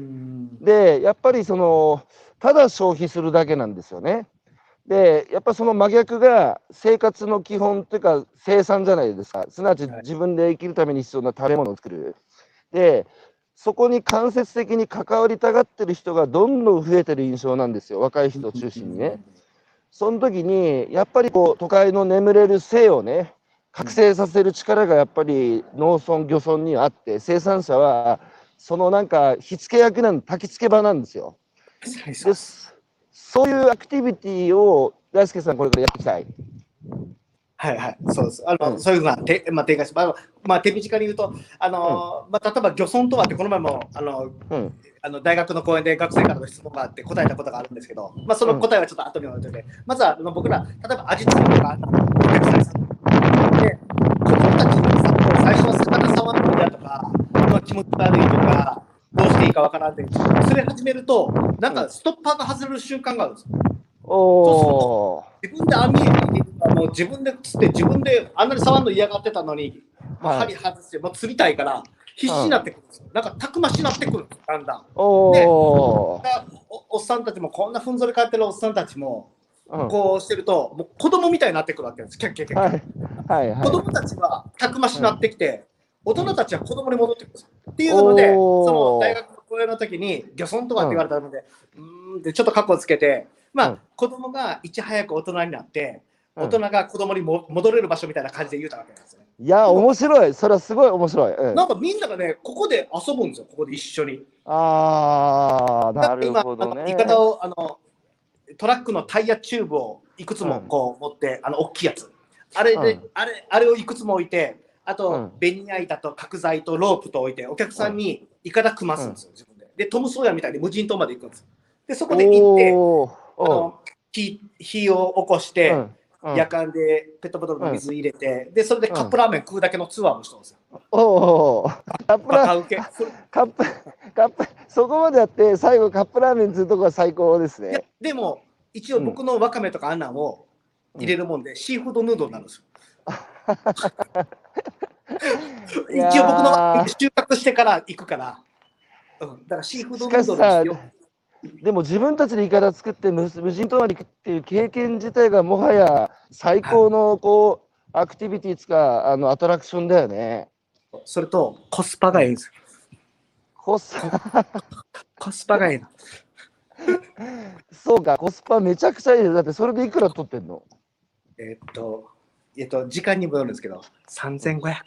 で、やっぱりただ消費するだけなんですよね。で、やっぱその真逆が生活の基本というか生産じゃないですか。すなわちはい。 自分で生きるために必要な食べ物を作る。で、そこに間接的に関わりたがってる人がどんどん増えてる印象なんですよ。若い人を中心にね。その時に、やっぱりこう、都会の眠れる生をね、覚うん。 醒させる力がやっぱり農村、漁村にはあって、生産者は、そのなんか、火付け役焚き付け場なんですよ。 はい、そうでです。 そういうアクティビティを大輔さんこれからやっていきたい。 はいはい、そうです。 うん、 そういうふうな、展開し、手短に言うと、 うん、 例えば漁村とはって、この前も、 うん、 大学の講演で学生からの質問があって答えたことがあるんですけど、そうん、 の答えはちょっと後に置いといて、まずは僕ら、例えば味付けとか、お客さんにで、子供たちにさ、もう最初は魚触るの嫌とか、気持ち悪いとか、どうしていいかわからんで、釣れ始めると、なんうん。 かストッパーが外れる瞬間があるんですよ。そうすると、 おー、 自分で網入れて、自分で釣って、自分であんなに触るの嫌がってたのに、針はい、 外して、釣りたいから、必死になってくるんですよ。なんかたくましになってくるんですよ、だんだん。で、 おー、 おっさんたちも、こんなふんぞり返ってるおっさんたちも、 うん、 こうしてると、もう子供みたいになってくるわけです。キャッキャッキャッキャッ。 はい、はい、はい、 子供たちはたくましになうん、 ってきて、大うん。 人たちは子供に戻ってくるんですよ。っていうので、その大おー、 学の講演の時に、漁村とかって言わうん、 れたので、でちょっとカッコつけて、 うん、 子供がいち早く大人になって、大人うん。 が子供にも戻れる場所みたいな感じで言うたわけなんですよね。 いや、 でも、 面白い。それはすごい面白い。うん。 なんかみんながね、ここで遊ぶんですよ、ここで一緒に。 ああ、なる今、 ほど言い方ね。 を、トラックのタイヤチューブをいくつもうん、 こう持って、大きいやつ。あれで、 うん、 あれをいくつも置いて、あと、 うん、 ベニヤ板と角材とロープと置いて、お客うん、 さんにいかだ組まうん。 すんですよ、自分で。で、トム・ソーヤみたいに無人島まで行くんですよ。で、そこで行って、 おー、おう、 火を起こして、 うん、うん、 夜間でペットボトルのうん、 水入れて、で、それでうん。 カップラーメン食うだけのツアーもしたんですよ。 おー、カップラ、 バカウケ。 カップ、そこまでやって、最後カップラーメンするとこは最高ですね。 でも、一応うん、 僕のわかめとかあんなんを、 入れるもんで、シーフードヌードルになるんですよ。 いや一応僕のー収穫してから行くから、だからシーフードしヌードルにかしさしよでも自分たちでイカダ作って無人島まで行くっていう経験自体がもはや最高のこうアクティビティつかアトラクションだよね。 う。それとコスパがいいんですよ。 コスコスパがいいの。 そうか、コスパめちゃくちゃいいよ。だってそれでいくら取ってんの？ 時間にもよるんですけど、3500円。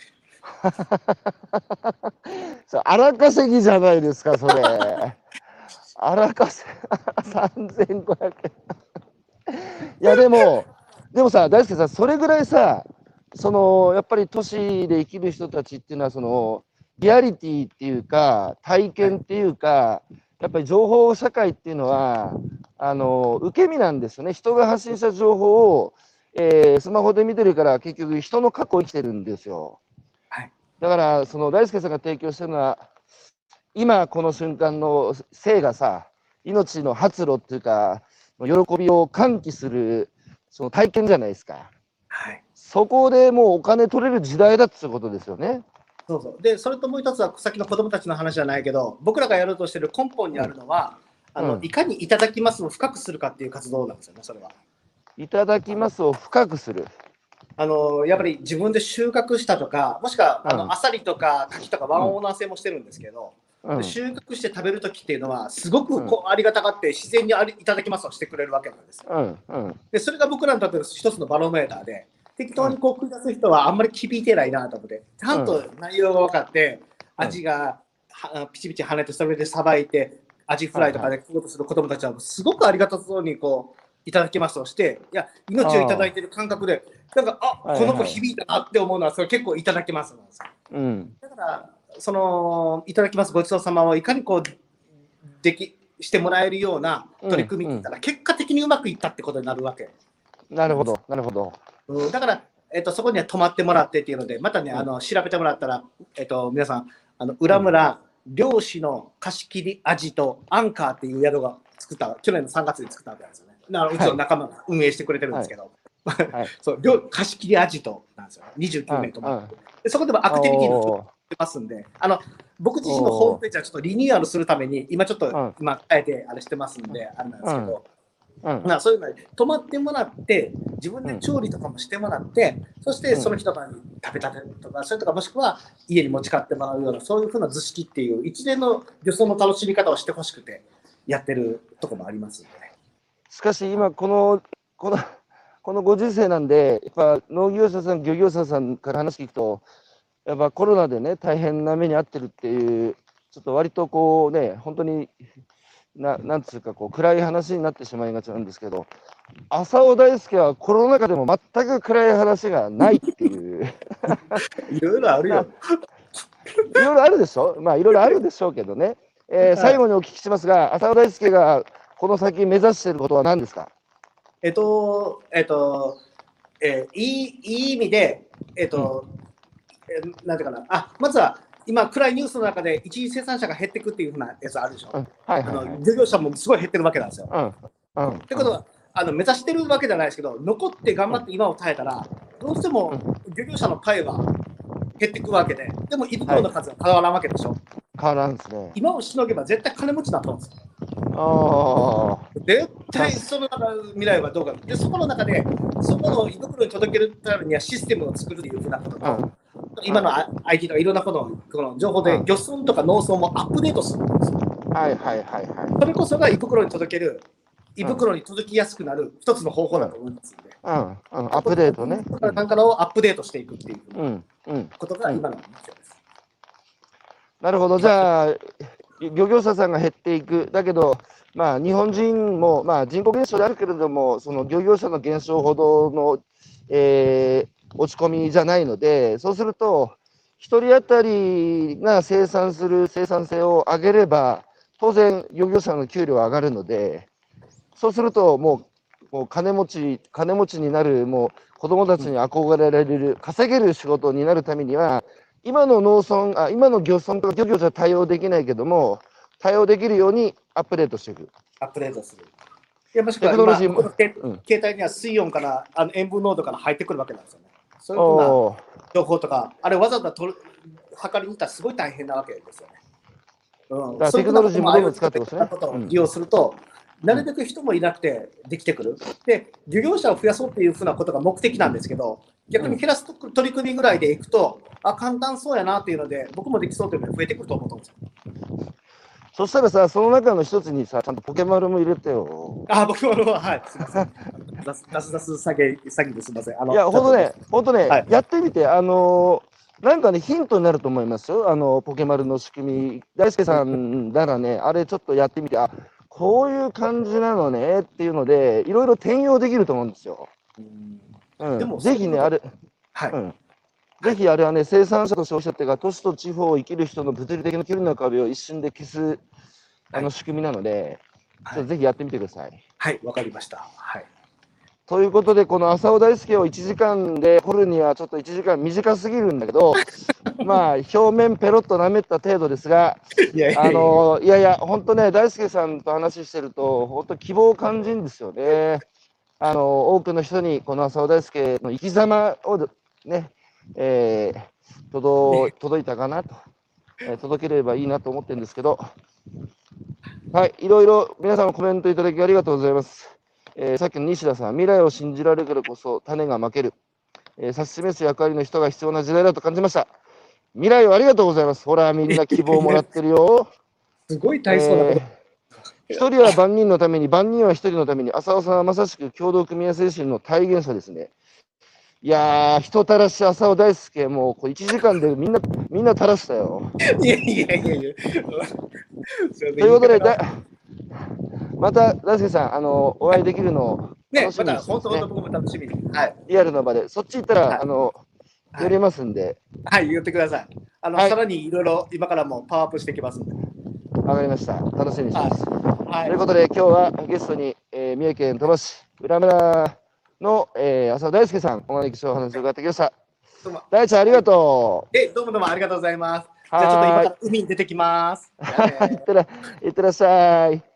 荒稼ぎじゃないですか、それ。荒稼ぎ3500円。いや、でもさ、大輔さん、それぐらいさ、やっぱり都市で生きる人たちっていうのは、リアリティっていうか、体験っていうか、やっぱり情報社会っていうのは、受け身なんですよね。人が発信した情報を、スマホで見てるから、結局、人の過去を生きてるんですよ。 はい。 だから、大輔さんが提供してるのは、今この瞬間の生がさ、命の発露っていうか、喜びを喚起する、その体験じゃないですか。 はい。 そこでもうお金取れる時代だってことですよね。 そうそう。で、それともう一つは、さっきの子供たちの話じゃないけど、僕らがやろうとしている根本にあるのは、いかにいただきますを深くするかっていう活動なんですよね、それは。 いただきますを深くする。 やっぱり自分で収穫したとか、もしくはアサリとかカキとかワンオーナー制もしてるんですけど、収穫して食べるときっていうのは、すごくありがたがって、自然にいただきますをしてくれるわけなんですよ。で、それが僕らにとっての一つのバロメーターで、適当に食い出す人はあんまり響いてないなと思って、ちゃんと内容が分かって、味がピチピチ跳ねて、それでさばいて、アジフライとかで食おうとする子供たちは、すごくありがたそうにいただきますをして、いや、命をいただいている感覚で、なんか、この子響いたなって思うのは、それ結構いただきますなんですよ。だから、いただきますごちそうさまをいかにしてもらえるような取り組みって言ったら、結果的にうまくいったってことになるわけ。 なるほど、なるほど。 だから、そこには泊まってもらってっていうので、またね、調べてもらったら、皆さん、浦村漁師の貸し切りアジとアンカーっていう宿が去年の3月に作ったわけなんですよね。だからうちの仲間が運営してくれてるんですけど、そう貸し切りアジトなんですよ。29名泊まって。そこでもアクティビティの方してますんで、僕自身のホームページはちょっとリニューアルするために、今ちょっと、あえてあれしてますんで、あれなんですけど、そういうのに泊まってもらって、自分で調理とかもしてもらって、そしてその日とかに食べたてとか、それとかもしくは家に持ち帰ってもらうような、そういうふうな図式っていう一連の漁村の楽しみ方をしてほしくてやってるとこもありますんでね。 しかし今このご時世なんで、やっぱ農業者さん、漁業者さんから話聞くと、やっぱコロナでね、大変な目に遭ってるっていう、ちょっと割とこうね、本当になんつうか暗い話になってしまいがちなんですけど、浅尾大輔はコロナ禍でも全く暗い話がないっていう。 いろいろあるよ。 いろいろあるでしょ、まあいろいろあるでしょうけどね。最後にお聞きしますが、浅尾大輔がこの先目指していることは何ですか？ いい意味で、なんていうかな、まずは今、暗いニュースの中で一次生産者が減っていくっていうふうなやつあるでしょ。漁業者もすごい減ってるわけなんですよ。ってことは、目指してるわけじゃないですけど、残って頑張って今を耐えたら、どうしても漁業者のパイは減っていくわけで、でも胃袋の数は変わらんわけでしょ。 変わらんですね。 今をしのげば絶対金持ちだと思うんですよ。絶対その未来はどうか。で、そこの中で、そこの胃袋に届けるためにはシステムを作るというふうなことと、今の IT とかいろんなことの情報で漁村とか農村もアップデートするんですよ。それこそが胃袋に届ける、胃袋に届きやすくなる一つの方法だと思いますので、 アップデートね。 なんかをアップデートしていくっていうことが今の目標です。 なるほど、じゃあ、漁業者さんが減っていく、だけど、まあ、日本人も、まあ、人口減少であるけれども、その漁業者の減少ほどの、落ち込みじゃないので、そうすると、1人当たりが生産する生産性を上げれば、当然、漁業者の給料は上がるので、そうすると、もう金持ちになる、もう子供たちに憧れられる、稼げる仕事になるためには、今の漁村とか漁業じゃ対応できないけども、対応できるようにアップデートしていく。 アップデートする。 いや、もしくは今、 テクノロジーも、 この携うん、 携帯には水温から、塩分濃度から入ってくるわけなんですよね。そういうふうなおー情報とか、あれわざわざ測りに行ったらすごい大変なわけですよね。 だからそういうふうなテクノロジーもどんどんことも IoT 使ってますね。 とかいろんなことうん。 を利用すると、なうん。 るべく人もいなくてできてくる。で、漁業者を増やそうっていうふうなことが目的なんですけど、逆に減らす取り組みぐらいでいくと、簡単そうやなっていうので、僕もできそうというので増えてくると思うんですよ。 そしたらさ、その中の一つにさ、ちゃんとポケマルも入れてよ。 僕もはい、すみません。出す詐欺ですみません。 いや、ほんとね、 はい、 やってみて、なんかね、ヒントになると思いますよ。ポケマルの仕組み。大輔さんならね、あれちょっとやってみて、こういう感じなのねっていうので、いろいろ転用できると思うんですよ。 でも、 ぜひね、あれ、 はい、 ぜひあれはね、生産者と消費者っていうか、都市と地方を生きる人の物理的な距離の壁を一瞬で消す仕組みなので、ちょっとぜひやってみてください。 はい、わかりました。はい。 ということで、この浅尾大輔を1時間で掘るにはちょっと1時間短すぎるんだけど、まあ、表面ペロッと舐めた程度ですが、 いやいやいや、 いやいや、本当ね、大輔さんと話してると、本当希望を感じるんですよね。多くの人にこの浅尾大輔の生き様をね、届いたかなと、届ければいいなと思ってるんですけど、はい、いろいろ皆さんコメントいただきありがとうございます。さっきの西田さん、未来を信じられるからこそ種がまける、指し示す役割の人が必要な時代だと感じました。未来をありがとうございます。ほら、みんな希望をもらってるよ。 すごい大層なこと。 一人は万人のために、万人は一人のために、浅尾さんはまさしく共同組合精神の体現者ですね。いやー、人たらし浅尾大輔、もうこれ1時間でみんなたらしたよ。 いやいやいやいや。 ということで、また大輔さん、お会いできるのを楽しみにしてますね。 本当僕も楽しみに。はい。 リアルの場で、そっち行ったら、寄れますんで。 はい、言ってください。さらにいろいろ今からもパワーアップしていきますんで。 わかりました。楽しみにしてます。 はい。 ということで、今日はゲストに、三重県鳥羽市浦村の、浅尾大輔さん、お招きしてお話を伺ってきました。大ちゃん、ありがとう。どうもありがとうございます。じゃあちょっと今から海に出てきます。 いってらっしゃい。